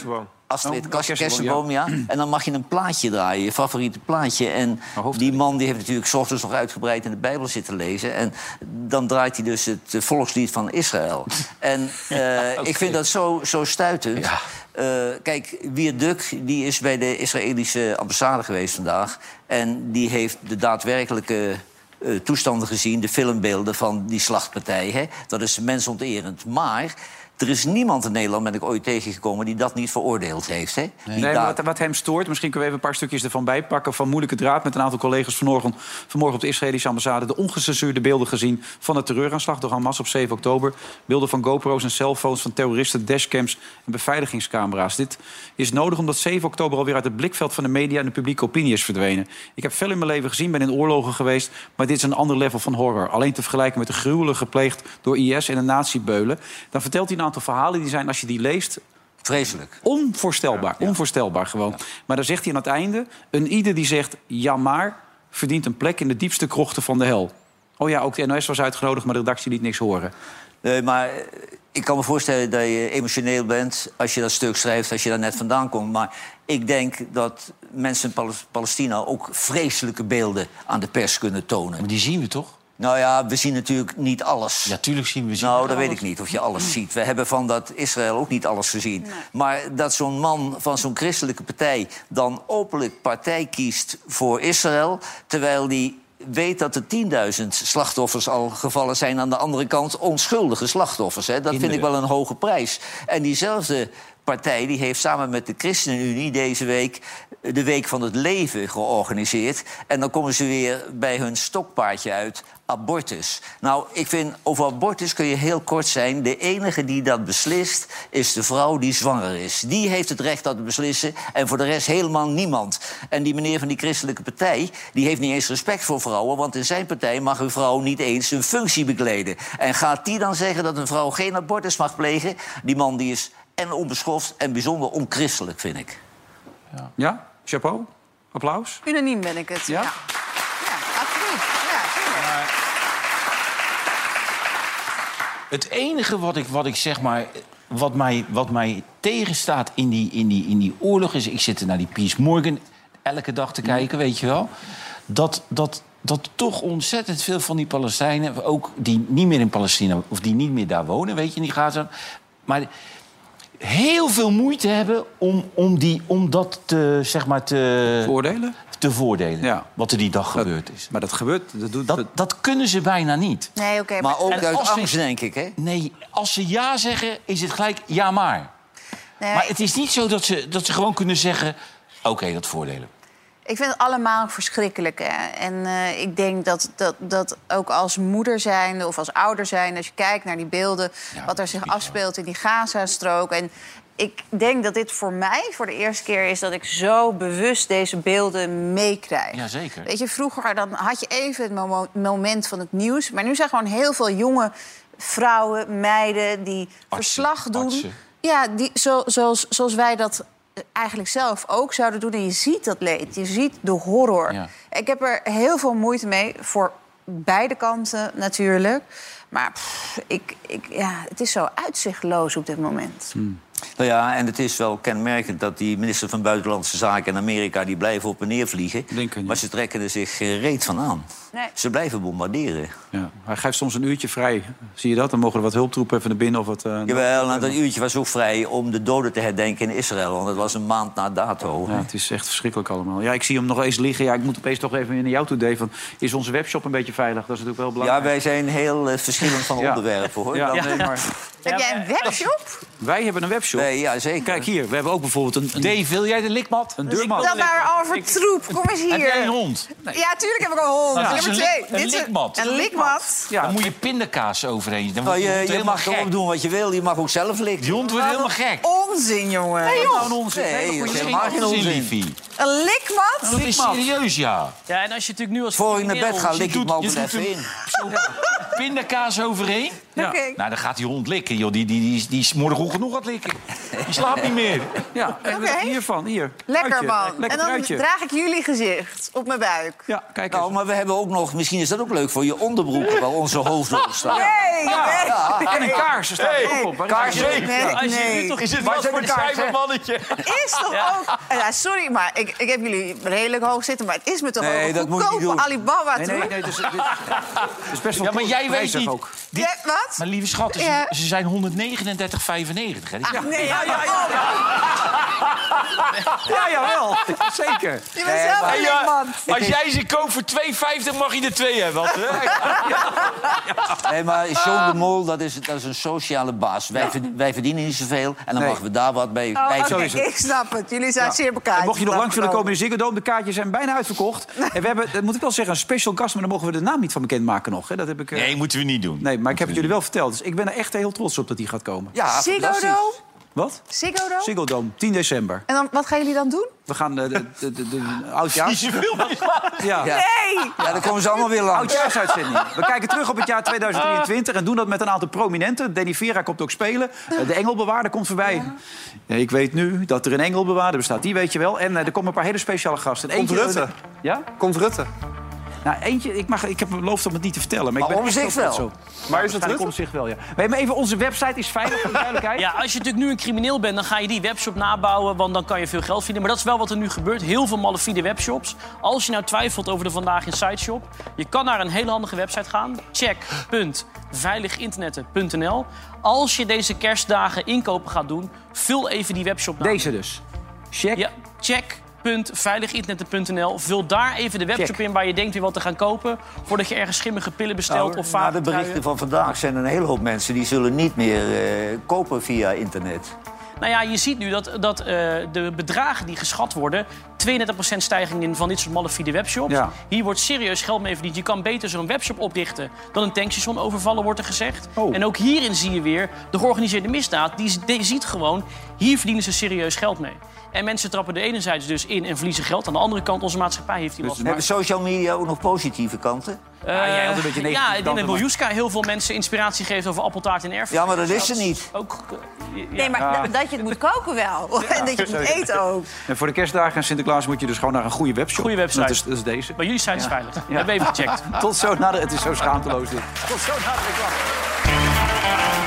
Astrid Oh, Kas- Kersenboom, Kersenboom, ja. En dan mag je een plaatje draaien, je favoriete plaatje. En die man die heeft natuurlijk 's ochtends nog uitgebreid in de Bijbel zitten lezen. En dan draait hij dus het eh, volkslied van Israël. En eh, okay. ik vind dat zo, zo stuitend. Ja. Uh, kijk, Wiert Duk die is bij de Israëlische ambassade geweest vandaag. En die heeft de daadwerkelijke uh, toestanden gezien, de filmbeelden van die slachtpartij. Hè? Dat is mensonterend. Maar er is niemand in Nederland, ben ik ooit tegengekomen, die dat niet veroordeeld heeft. Hè? Nee, maar wat, wat hem stoort, misschien kunnen we even een paar stukjes ervan bijpakken. Van Moeilijke Draad met een aantal collega's vanmorgen, vanmorgen op de Israëlische ambassade. De ongecensureerde beelden gezien van de terreuraanslag door Hamas op zeven oktober. Beelden van GoPro's en cellphones van terroristen, dashcams en beveiligingscamera's. Dit is nodig omdat zeven oktober alweer uit het blikveld van de media en de publieke opinie is verdwenen. Ik heb veel in mijn leven gezien, ben in oorlogen geweest, maar dit is een ander level van horror. Alleen te vergelijken met de gruwelen gepleegd door I S en de nazi-beulen. Dan vertelt hij een aantal verhalen die zijn, als je die leest, vreselijk. Onvoorstelbaar, ja, ja. onvoorstelbaar gewoon. Ja. Maar dan zegt hij aan het einde, een ieder die zegt ja maar, verdient een plek in de diepste krochten van de hel. Oh ja, ook de N O S was uitgenodigd, maar de redactie liet niks horen. Nee, maar ik kan me voorstellen dat je emotioneel bent als je dat stuk schrijft, als je daar net vandaan komt. Maar ik denk dat mensen in Palestina ook vreselijke beelden aan de pers kunnen tonen. Maar die zien we toch? Nou ja, we zien natuurlijk niet alles. Ja, tuurlijk zien we. Zien nou, we dat alles. weet ik niet of je alles ziet. We hebben van dat Israël ook niet alles gezien. Nee. Maar dat zo'n man van zo'n christelijke partij dan openlijk partij kiest voor Israël, terwijl die weet dat er tienduizend slachtoffers al gevallen zijn, aan de andere kant onschuldige slachtoffers. Hè. Dat vind ik wel een hoge prijs. En diezelfde partij die heeft samen met de ChristenUnie deze week de Week van het Leven georganiseerd. En dan komen ze weer bij hun stokpaardje uit, abortus. Nou, ik vind, over abortus kun je heel kort zijn. De enige die dat beslist is de vrouw die zwanger is. Die heeft het recht dat te beslissen en voor de rest helemaal niemand. En die meneer van die christelijke partij, die heeft niet eens respect voor vrouwen, want in zijn partij mag een vrouw niet eens een functie bekleden. En gaat die dan zeggen dat een vrouw geen abortus mag plegen? Die man die is en onbeschoft en bijzonder onchristelijk, vind ik. Ja, ja? Chapeau? Applaus? Unaniem ben ik het. Ja? Ja, ja absoluut. Ja, tuurlijk. Het enige wat ik, wat ik zeg maar, wat mij, wat mij tegenstaat in die, in, die, in die oorlog is, ik zit er naar die Piers Morgan elke dag te kijken, weet je wel, dat, dat, dat toch ontzettend veel van die Palestijnen, ook die niet meer in Palestina of die niet meer daar wonen, weet je, in die Gaza, maar heel veel moeite hebben om, om, die, om dat te, zeg maar, te voordelen. Te voordelen, ja. Wat er die dag dat, gebeurd is. Maar dat gebeurt... Dat, doet, dat, dat kunnen ze bijna niet. Nee, oké. Okay, maar, maar ook uit angst, ze, denk ik, hè? Nee, als ze ja zeggen, is het gelijk ja maar. Nee, maar het is niet zo dat ze, dat ze gewoon kunnen zeggen, oké, okay, dat voordelen. Ik vind het allemaal verschrikkelijk. Hè? En uh, ik denk dat, dat, dat ook als moeder zijnde of als ouder zijnde, als je kijkt naar die beelden, ja, wat er zich afspeelt in die Gaza-strook. En ik denk dat dit voor mij voor de eerste keer is dat ik zo bewust deze beelden meekrijg. Ja, zeker. Weet je, vroeger dan had je even het mo- moment van het nieuws. Maar nu zijn gewoon heel veel jonge vrouwen, meiden die artsen, verslag doen. Artsen. Ja, die, zo, zoals, zoals wij dat eigenlijk zelf ook zouden doen. En je ziet dat leed, je ziet de horror. Ja. Ik heb er heel veel moeite mee, voor beide kanten natuurlijk. Maar pff, ik, ik, ja, het is zo uitzichtloos op dit moment. Hmm. Nou ja, en het is wel kenmerkend dat die minister van Buitenlandse Zaken in Amerika, die blijven op en neer vliegen. Lincoln, ja. Maar ze trekken er zich reet van aan. Nee. Ze blijven bombarderen. Ja. Hij geeft soms een uurtje vrij. Zie je dat? Dan mogen er wat hulptroepen even naar binnen of wat... Uh, Jawel, nou, dat uurtje was ook vrij om de doden te herdenken in Israël. Want dat was een maand na dato. Ja, het is echt verschrikkelijk allemaal. Ja, ik zie hem nog eens liggen. Ja, ik moet opeens toch even naar jou toe, Dave. Van, is onze webshop een beetje veilig? Dat is natuurlijk wel belangrijk. Ja, wij zijn heel uh, verschillend van ja. onderwerpen, hoor. Ja. Dan, ja. nee, maar... Heb jij een webshop? Wij hebben een webshop. Nee, ja, zeker. Kijk hier, we hebben ook bijvoorbeeld een... een... Dave, wil jij de likmat? Een deurmat. Dat maar over troep. Kom eens hier. Heb jij een hond? Nee. Ja, tuurlijk heb ik een hond. Nou, ik heb er twee. Een, een likmat. Een likmat. Ja. Dan moet je pindakaas overheen. Dan nou, je je mag gek. ook doen wat je wil. Je mag ook zelf likken. Die hond wordt helemaal gek. Onzin, jongen. Nee, joh. Nou, onzin. Nee, dat is helemaal geen onzin. Een likmat? Dat is serieus, ja. Ja, en als je natuurlijk nu als... Voor ik naar bed ga, lik ik hem altijd even in. Pindakaas overheen? Ja. Okay. Nou, dan gaat die hond likken, joh. Die, die, die, die is morgenochtend nog aan het likken. Die slaapt niet meer. Ja, en Oké. hiervan, hier. Lekker, Uitje. man. Lekker En dan uitje. draag ik jullie gezicht op mijn buik. Ja, kijk Nou, eens. maar we hebben ook nog, misschien is dat ook leuk voor je onderbroeken, waar onze hoofden op staan. Nee, Ja. nee. En een kaars, er staat er ook op. Waar is Kaars die? zeven. Nee, Als je nee. nu toch Is het Waar wat zit voor de de kaart, hè? cijfermannetje? Is toch ook... Ja, sorry, maar ik, ik heb jullie redelijk hoog zitten... maar het is me toch Nee, ook dat een moet je niet goedkope doen. Alibaba Nee, terug. nee, nee, dus, dit, dit is best wel Ja, maar jij weet prijzig niet. ook. Die- Ja, wat? Maar lieve schat, ze, Ja. ze zijn honderdnegenendertig vijfennegentig. Hè? Ach, nee, ja, ja, ja. Ja, jawel. Zeker. Je bent zelf Hey, een ja, man. als jij ze koopt voor twee vijftig, mag je er twee hebben. Wat, hè? Nee, maar John de Mol, dat is, dat is een sociale baas. Wij, verd- wij verdienen niet zoveel en dan Nee. mogen we daar wat bij, Oh, bij oké, Zo is het. ik snap het. Jullie zijn Ja. zeer bekend. En mocht je nog langs willen komen in de Ziggo Dome, de kaartjes zijn bijna uitverkocht. En we hebben, dat moet ik wel zeggen, een special gast, maar daar mogen we de naam niet van bekendmaken nog. Hè. Dat heb ik, eh, Nee, moeten we niet doen. nee, maar ik heb het jullie wel verteld. Dus ik ben er echt heel trots op dat die gaat komen. Ja, Ziggo fantastisch. Dome? Wat? Ziggo Dome? Ziggo Dome, tien december. En dan, wat gaan jullie dan doen? We gaan eh, de, de, de, de, oudjaars... Je wil niet slapen. Ja. Ja. Nee! Ja, dan komen ze allemaal weer langs. Oudjaarsuitzending. We kijken terug op het jaar tweeduizend drieëntwintig en doen dat met een aantal prominenten. Danny Vera komt ook spelen. Eh, De Engelbewaarder komt voorbij. Ja, ik weet nu dat er een Engelbewaarder bestaat. Die weet je wel. En eh, er komen een paar hele speciale gasten. Komt Eentje- Rutte? Ja? Komt Rutte? Nou, eentje, ik, mag, ik heb beloofd om het niet te vertellen. Maar ik Maar ben om echt zich heel trots wel. op. Maar is het Waarschijnlijk Rutte? om zich wel, ja. Nee, maar even, onze website is veilig, voor de duidelijkheid. Ja, als je natuurlijk nu een crimineel bent, dan ga je die webshop nabouwen, want dan kan je veel geld verdienen. Maar dat is wel wat er nu gebeurt. Heel veel malafide webshops. Als je nou twijfelt over de Vandaag in Site Shop, je kan naar een hele handige website gaan. check punt veiliginternetten punt n l. Als je deze kerstdagen inkopen gaat doen, vul even die webshop na. Deze dus. Check. Ja, check punt veiliginternetten punt n l. Vul daar even de webshop Check. in waar je denkt weer wat te gaan kopen, voordat je ergens schimmige pillen bestelt Nou, of na vaak de berichten van vandaag zijn er een hele hoop mensen die zullen niet meer eh, kopen via internet. Nou ja, je ziet nu dat, dat uh, de bedragen die geschat worden... tweeëndertig procent stijging in van dit soort malafide webshops. Ja. Hier wordt serieus geld mee verdiend. Je kan beter zo'n webshop oprichten dan een tankstation overvallen, wordt er gezegd. Oh. En ook hierin zie je weer de georganiseerde misdaad. Die, die ziet gewoon, hier verdienen ze serieus geld mee. En mensen trappen er enerzijds dus in en verliezen geld. Aan de andere kant, onze maatschappij heeft hier last van. Hebben social media ook nog positieve kanten? Uh, Ja, jij had een beetje negatieve ja, ik denk kanten, dat Miljuska heel veel mensen inspiratie geeft over appeltaart en erfenis. Ja, maar dat is ze niet. Ook, uh, ja. Nee, maar Ja. d- dat je het moet koken wel. En dat je het moet eten ook. En voor de kerstdagen en Sinterklaas moet je dus gewoon naar een goede webshop. Goede website. Dat is, dat is deze. Maar jullie zijn veilig. We hebben even gecheckt. Tot zo na de... Het is zo schaamteloos dit. Tot zo na de reclame.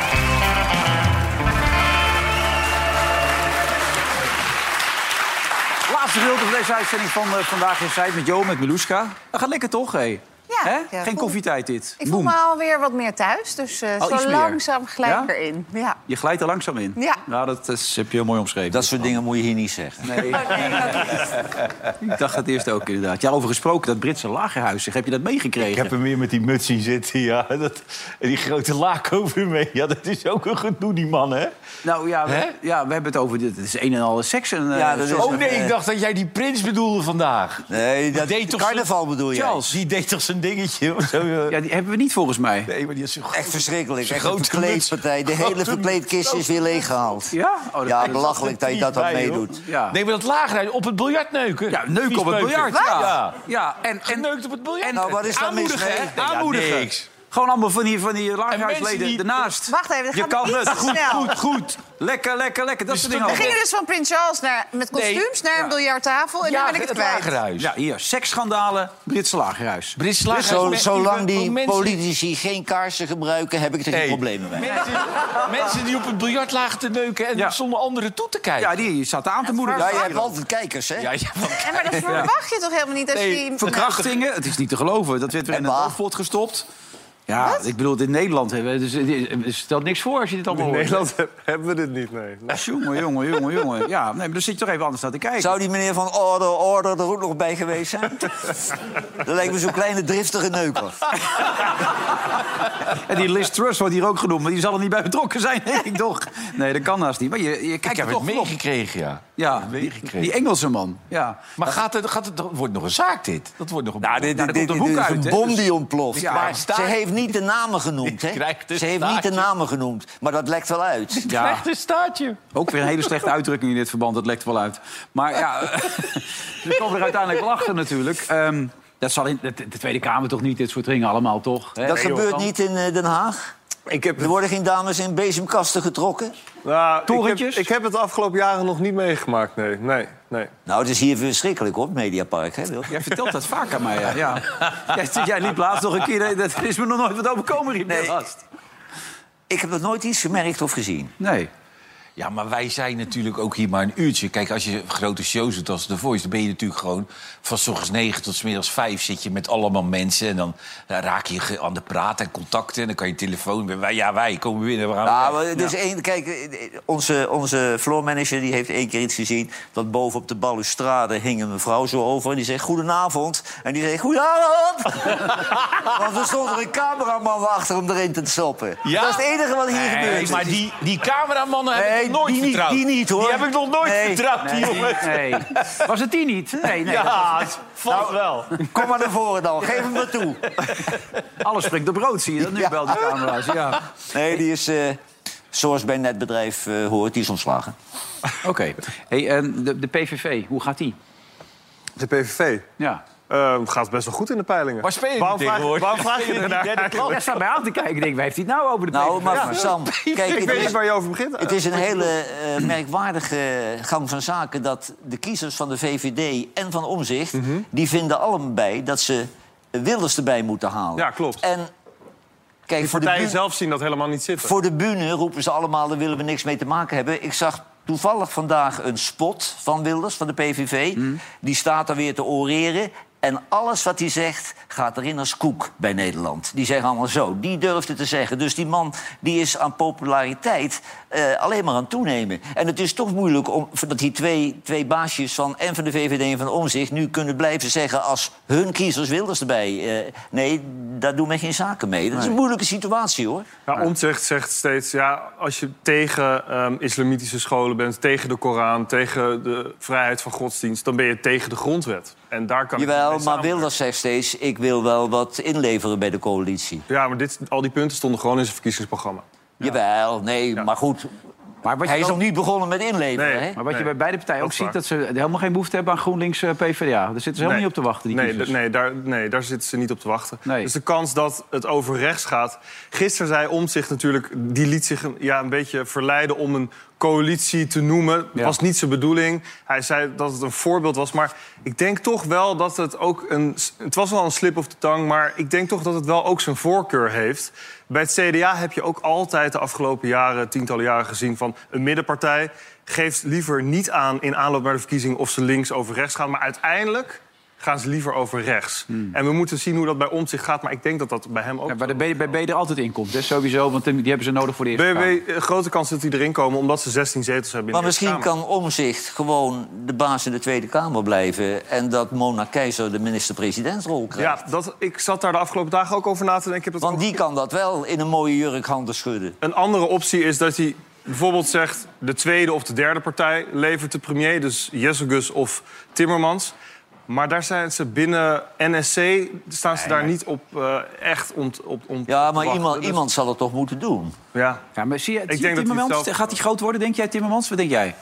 Laatste gedeelte van deze uitzending van uh, Vandaag in Site met Jo, met Miluska. Dat gaat lekker toch, hé? Ja, Hè? ja, Geen voel- koffietijd dit. Ik voel Boem. me alweer wat meer thuis. Dus uh, Al zo iets meer. langzaam glijdt Ja? ik erin. Ja. Je glijdt er langzaam in. Ja. Nou, dat is, heb je heel mooi omschreven. Dat soort dingen moet je hier niet zeggen. Nee. Oh, nee, dat niet. Ik dacht het eerst ook inderdaad. Ja, over gesproken, dat Britse lagerhuis. Zeg, heb je dat meegekregen? Ik heb hem weer met die muts zien zitten, ja. Dat, en die grote laak over hem heen. Ja, dat is ook een gedoe, die man, hè? Nou ja, we, Hè? ja, we hebben het over... dit. Het is een en al seks. En, Ja, eh, dat is- zoals- Oh nee, ik dacht dat jij die prins bedoelde vandaag. Nee, dat deed toch carnaval bedoel je? Charles. Die deed toch zijn dingetje? Of zo, eh? Ja, die hebben we niet volgens mij. Nee, maar die is zo Echt verschrikkelijk. Zo'n Echt een grote verkleedpartij. De Grote hele verkleedkist is weer leeggehaald. Ja? Oh, dat Ja, dat- belachelijk dat je dat wat meedoet. Ja. Nee, maar dat lagerhuis op het biljart neuken. Ja, neuken op het Vies biljart. neuken. Ja. Ja. Ja, en, en, Geneukt op het biljart. en Nou, wat is daar mis aanmoedigen, mee? hè? Ja, Aanmoedigen. niks. Gewoon allemaal van die, van die En lagerhuisleden mensen die- ernaast. Wacht even, dat Je gaat kan iets het. te Goed, snel. goed, goed. Lekker, lekker, lekker. Dat Dus soort dingen We allemaal. gingen dus van Prins Charles naar, met kostuums naar een biljarttafel. En Ja, nu ben ik het het kwijt. lagerhuis. Ja, hier. Seksschandalen, Britse lagerhuis. Brits lagerhuis. Zo, Met- zolang die ook mensen- politici geen kaarsen gebruiken, heb ik er geen Nee. problemen mee. Mensen, mensen die op het biljart lagen te neuken en Ja. zonder anderen toe te kijken. Ja, die zat aan te moedigen. Ja, je hebt altijd kijkers, hè? Ja, ja, van- En maar dat verwacht je toch helemaal niet als Nee, je... die- verkrachtingen, het is niet te geloven. Dat werd weer in En een bah. doofpot gestopt. Ja, ik bedoel, in Nederland hebben we... Dus, het stelt niks voor als je dit allemaal In hoort. Nederland he- hebben we dit niet, nee. nee. Jongen, jongen, jongen, jongen. Ja, nee, maar dan zit je toch even anders naar te kijken. Zou die meneer van Order, Order er ook nog bij geweest zijn? Dat lijkt me zo'n kleine driftige neuker. En die Liz Truss wordt hier ook genoemd, maar die zal er niet bij betrokken zijn, denk ik toch? Nee, dat kan naast niet. Maar je, je kijkt ik heb er het toch op. meegekregen, ja. Ja, Ik heb het die, meegekregen. die Engelse man. Ja. Maar gaat het, gaat het, dat wordt nog een zaak, dit? Dat wordt nog een... Nou, dit, Nou, dit, er dit, komt een dit boek is uit, een hè, bom dus- die ontploft. Ja, maar staart- ze heeft niet de namen genoemd, hè? krijgt een Ze heeft niet de staartje. namen genoemd, maar dat lekt wel uit. Ja. Echt een staartje. Ook weer een hele slechte uitdrukking in dit verband, dat lekt wel uit. Maar ja, ze komen er uiteindelijk wel achter natuurlijk. Ehm, dat zal in de, de Tweede Kamer toch niet, dit soort dingen allemaal, toch? Hè? Dat Nee, gebeurt joh, niet in eh, Den Haag. Ik heb Er worden geen dames in bezemkasten getrokken? Nou, Torentjes? Ik heb, ik heb het de afgelopen jaren nog niet meegemaakt, nee. nee, nee. Nou, het is hier verschrikkelijk, hoor, het Mediapark, hè, Wil? Jij vertelt dat vaak aan mij, ja. ja. Jij, jij liep laatst nog een keer... nee, dat is me nog nooit wat overkomen, riep Nee. de gast. Ik heb nog nooit iets gemerkt of gezien. Nee. Ja, maar wij zijn natuurlijk ook hier maar een uurtje. Kijk, als je grote shows doet als The Voice... dan ben je natuurlijk gewoon van 's ochtends negen tot 's middags vijf... zit je met allemaal mensen en dan raak je ge- aan de praat en contacten... en dan kan je telefoon... Wij, ja, wij komen binnen, we gaan... Nou, maar dus één, kijk, onze, onze floormanager die heeft één keer iets gezien... dat boven op de balustrade hing een mevrouw zo over... en die zei goedenavond. En die zei goedenavond. Want er stond er een cameraman achter om erin te stoppen. Ja? Dat is het enige wat hier Nee, gebeurt. maar die, die cameramannen heb Nee, ik nog nooit die niet- vertrouwd. die niet, hoor. Die heb ik nog nooit Nee. vertrouwd, die Nee, jongen. nee. Was het die niet? Nee, nee. Ja, dat vast wel. Kom maar naar voren dan, geef hem maar toe. was- alles springt op rood, zie je dat nu Ja. wel, die camera's. Ja. Nee, die is, eh, zoals bij Netbedrijf uh, hoort, die is ontslagen. Oké. Hey, en de, de P V V, hoe gaat die? De P V V Ja. uh, gaat best wel goed in de peilingen. Waar speel je waarom nu vraag, tegenwoordig? waarom vraag je er naar? Derde klas. Jij staat mij aan te kijken. Ik denk, waar heeft hij het nou over de P V V? Nou, maar Ja. Sam, kijk, Ik het weet is, niet waar je over begint. het is een hele eh, merkwaardige gang van zaken... dat de kiezers van de V V D en van Omzicht... die vinden allebei dat ze Wilders erbij moeten halen. Ja, klopt. En kijk, De voor de, partijen bu- zelf zien dat helemaal niet zitten. voor de bühne roepen ze allemaal... daar willen we niks mee te maken hebben. Ik zag toevallig vandaag een spot van Wilders, van de P V V. Die staat er weer te oreren. En alles wat hij zegt gaat erin als koek bij Nederland. Die zeggen allemaal zo. Die durft het te zeggen. Dus die man die is aan populariteit eh, alleen maar aan het toenemen. En het is toch moeilijk om, dat die twee, twee baasjes van... en van de V V D en van Omzicht nu kunnen blijven zeggen... als hun kiezers Wilders erbij. Eh, nee, daar doen we geen zaken mee. Dat is een moeilijke situatie, hoor. Ja, Omtzigt zegt steeds, ja, als je tegen um, islamitische scholen bent... tegen de Koran, tegen de vrijheid van godsdienst... dan ben je tegen de grondwet. En daar kan ik Jawel, mee maar samenwerken. Wilders zegt steeds... ik wil wel wat inleveren bij de coalitie. Ja, maar dit, al die punten stonden gewoon in zijn verkiezingsprogramma. Jawel, nee, maar goed... Maar wat je Hij is wel- nog niet begonnen met inleveren, Nee. hè? Maar wat je Nee, bij beide partijen ook dat is ziet... waar. dat ze helemaal geen behoefte hebben aan GroenLinks uh, P V D A. Daar zitten ze helemaal Nee. niet op te wachten, die Nee, kiezers. d- nee, daar, nee, daar zitten ze niet op te wachten. Nee. Dus de kans dat het over rechts gaat... Gisteren zei Omtzigt natuurlijk... die liet zich een, ja, een beetje verleiden om een coalitie te noemen. Dat Ja. was niet zijn bedoeling. Hij zei dat het een voorbeeld was. Maar ik denk toch wel dat het ook een... Het was wel een slip of the tongue, maar ik denk toch dat het wel ook zijn voorkeur heeft. Bij het C D A heb je ook altijd de afgelopen jaren, tientallen jaren gezien... van een middenpartij geeft liever niet aan in aanloop naar de verkiezingen... of ze links over rechts gaan, maar uiteindelijk gaan ze liever over rechts. En we moeten zien hoe dat bij Omtzigt gaat, maar ik denk dat dat bij hem ook... Ja, waar de B- bij B er altijd in komt, hè, sowieso. Want die hebben ze nodig voor de B Eerste Kamer. B B, grote kans dat die erin komen, omdat ze zestien zetels hebben in Maar de Eerste misschien Kamer. kan Omzicht gewoon de baas in de Tweede Kamer blijven... en dat Mona Keizer de minister-presidentsrol krijgt. Ja, dat, ik zat daar de afgelopen dagen ook over na te denken. Ik heb dat Want ook- die kan dat wel in een mooie jurk handen schudden. Een andere optie is dat hij bijvoorbeeld zegt... de tweede of de derde partij levert de premier, dus Jezus of Timmermans. Maar daar zijn ze binnen N S C, staan ze daar niet op uh, echt om, op, om Ja, te maar wachten. iemand, Dus- iemand zal het toch moeten doen? Ja. Ja, maar zie je, zie je denk dat hij Timmermans? zelf- Gaat hij groot worden, denk jij, Timmermans? Wat denk jij?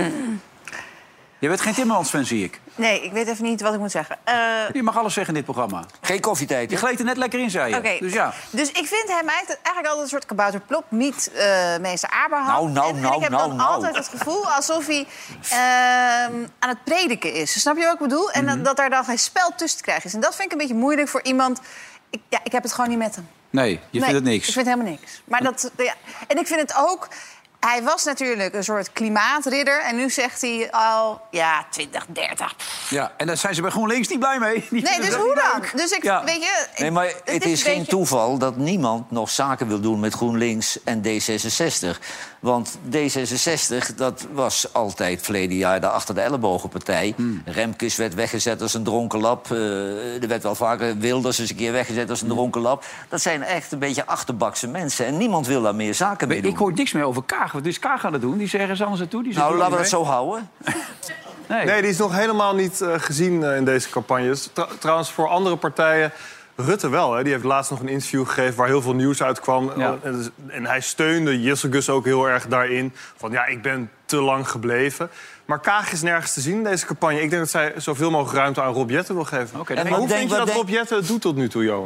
Je bent geen Timmermans-fan, zie ik. Nee, ik weet even niet wat ik moet zeggen. Eh, Je mag alles zeggen in dit programma. Geen koffietijd, Je hè? gleed er net lekker in, zei je. Oké. Dus ja. Dus ik vind hem eigenlijk, eigenlijk altijd een soort kabouterplop, niet uh, meester Abraham. Nou, nou, en, en nou, ik heb nou, dan nou. altijd het gevoel alsof hij uh, aan het prediken is. Snap je wat ik bedoel? En Mhm. dat, dat daar dan geen spel tussen te krijgen is. En dat vind ik een beetje moeilijk voor iemand... Ik, ja, ik heb het gewoon niet met hem. Nee, je Nee, vindt het niks. ik vind helemaal niks. Maar dat, ja. En ik vind het ook... Hij was natuurlijk een soort klimaatridder. En nu zegt hij al, ja, twintig, dertig. Ja, en daar zijn ze bij GroenLinks niet blij mee. Die Nee, vinden dus dat hoe niet dan? leuk. Dus ik, Ja. weet je... Nee, maar het, is is een geen beetje- toeval dat niemand nog zaken wil doen met GroenLinks en D zesenzestig. Want D zesenzestig, dat was altijd verleden jaar de achter de ellebogenpartij. Hmm. Remkes werd weggezet als een dronken lap. Uh, er werd wel vaker Wilders eens een keer weggezet als een Hmm. dronken lap. Dat zijn echt een beetje achterbakse mensen. En niemand wil daar meer zaken mee doen. Ik hoor niks meer over Kaag. Wat is Kaag aan het doen? Die zeggen ergens anders naartoe. Die zit Nou, er laten we niet dat mee. zo houden. Nee. Nee, die is nog helemaal niet uh, gezien uh, in deze campagnes. Tra- trouwens, voor andere partijen... Rutte wel, hè. Die heeft laatst nog een interview gegeven... waar heel veel nieuws uitkwam. Ja. En, en hij steunde Jezus ook heel erg daarin. Van ja, ik ben te lang gebleven. Maar Kaag is nergens te zien in deze campagne. Ik denk dat zij zoveel mogelijk ruimte aan Rob Jetten wil geven. Oké, en dan maar hoe denk- vind je wat dat denk- Rob Jetten het doet tot nu toe, Johan?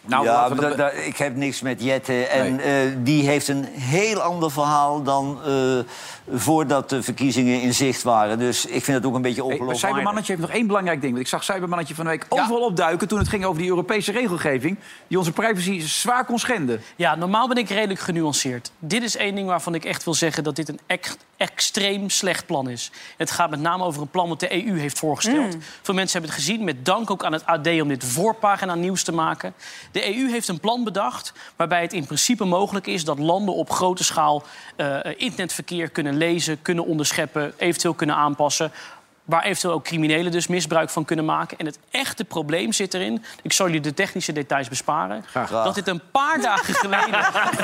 Nou, ja, laten we da- dat- da- ik heb niks met Jette. En eh, die heeft een heel ander verhaal dan eh, voordat de verkiezingen in zicht waren. Dus ik vind het ook een beetje Hey, maar ongeloofwaardig. Cybermannetje heeft nog één belangrijk ding. Want ik zag Cybermannetje van de week overal opduiken... toen het ging over die Europese regelgeving... die onze privacy zwaar kon schenden. Ja, normaal ben ik redelijk genuanceerd. Dit is één ding waarvan ik echt wil zeggen dat dit een echt extreem slecht plan is. Het gaat met name over een plan wat de E U heeft voorgesteld. Mm. Veel mensen hebben het gezien, met dank ook aan het A D om dit voorpagina nieuws te maken. De E U heeft een plan bedacht waarbij het in principe mogelijk is dat landen op grote schaal uh, internetverkeer kunnen lezen, kunnen onderscheppen, eventueel kunnen aanpassen. Waar eventueel ook criminelen dus misbruik van kunnen maken. En het echte probleem zit erin... ik zal jullie de technische details besparen... Graag. dat dit een paar dagen geleden...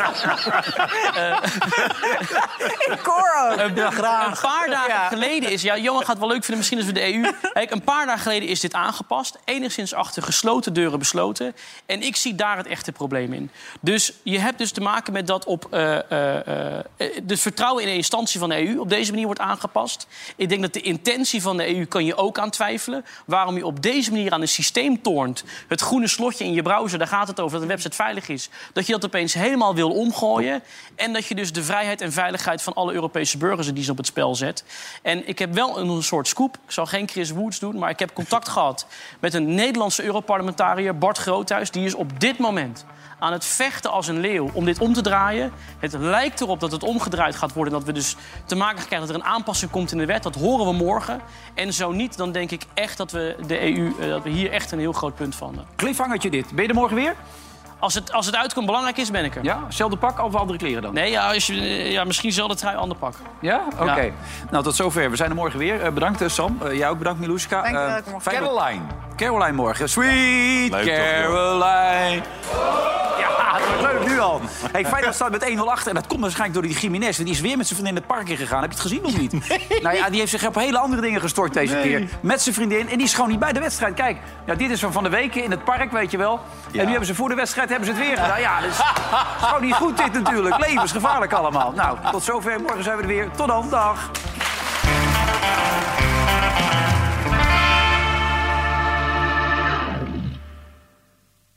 Ik hoor ook. Een, een paar dagen geleden is... Ja, Johan gaat het wel leuk vinden, misschien als we de E U... Kijk, een paar dagen geleden is dit aangepast. Enigszins achter gesloten deuren besloten. En ik zie daar het echte probleem in. Dus je hebt dus te maken met dat op... Uh, uh, uh, de vertrouwen in de instantie van de E U op deze manier wordt aangepast. Ik denk dat de intentie van de E U kan je ook aan twijfelen. Waarom je op deze manier aan een systeem toont... het groene slotje in je browser, daar gaat het over... dat een website veilig is, dat je dat opeens helemaal wil omgooien... en dat je dus de vrijheid en veiligheid van alle Europese burgers... die ze op het spel zet. En ik heb wel een soort scoop. Ik zal geen Chris Woods doen, maar ik heb contact gehad... met een Nederlandse Europarlementariër, Bart Groothuis... die is op dit moment aan het vechten als een leeuw om dit om te draaien. Het lijkt erop dat het omgedraaid gaat worden... dat we dus te maken krijgen dat er een aanpassing komt in de wet. Dat horen we morgen. En zo niet, dan denk ik echt dat we de E U... Uh, dat we hier echt een heel groot punt van. Uh. Cliffhangertje dit. Ben je er morgen weer? Als het, als het uitkomt belangrijk is, ben ik er. Ja? Zelfde pak of andere kleren dan? Nee, ja, als je, ja misschien zelfde trui, ander pak. Ja? Oké. Okay. Ja. Nou, tot zover. We zijn er morgen weer. Uh, bedankt, uh, Sam. Uh, jij ook bedankt, Miluska. Dank je wel. Uh, Caroline. Caroline morgen. Sweet Leuk toch, Caroline. Ja, dat wordt leuk nu al. Hey, Feyenoord staat met één nul achter. En dat komt waarschijnlijk door die Jiménez. Die is weer met zijn vriendin het park in gegaan. Heb je het gezien of niet? Nou ja, die heeft zich op hele andere dingen gestort deze Nee. keer. Met zijn vriendin. En die is gewoon niet bij de wedstrijd. Kijk, ja, dit is van Van de Weken in het park, weet je wel. Ja. En nu hebben ze voor de wedstrijd hebben ze het weer gedaan. Ja, dat is gewoon niet goed dit natuurlijk. Levensgevaarlijk allemaal. Nou, tot zover. Morgen zijn we er weer. Tot dan. Dag.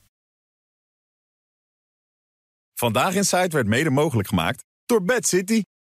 Vandaag in Site werd mede mogelijk gemaakt door Bad City.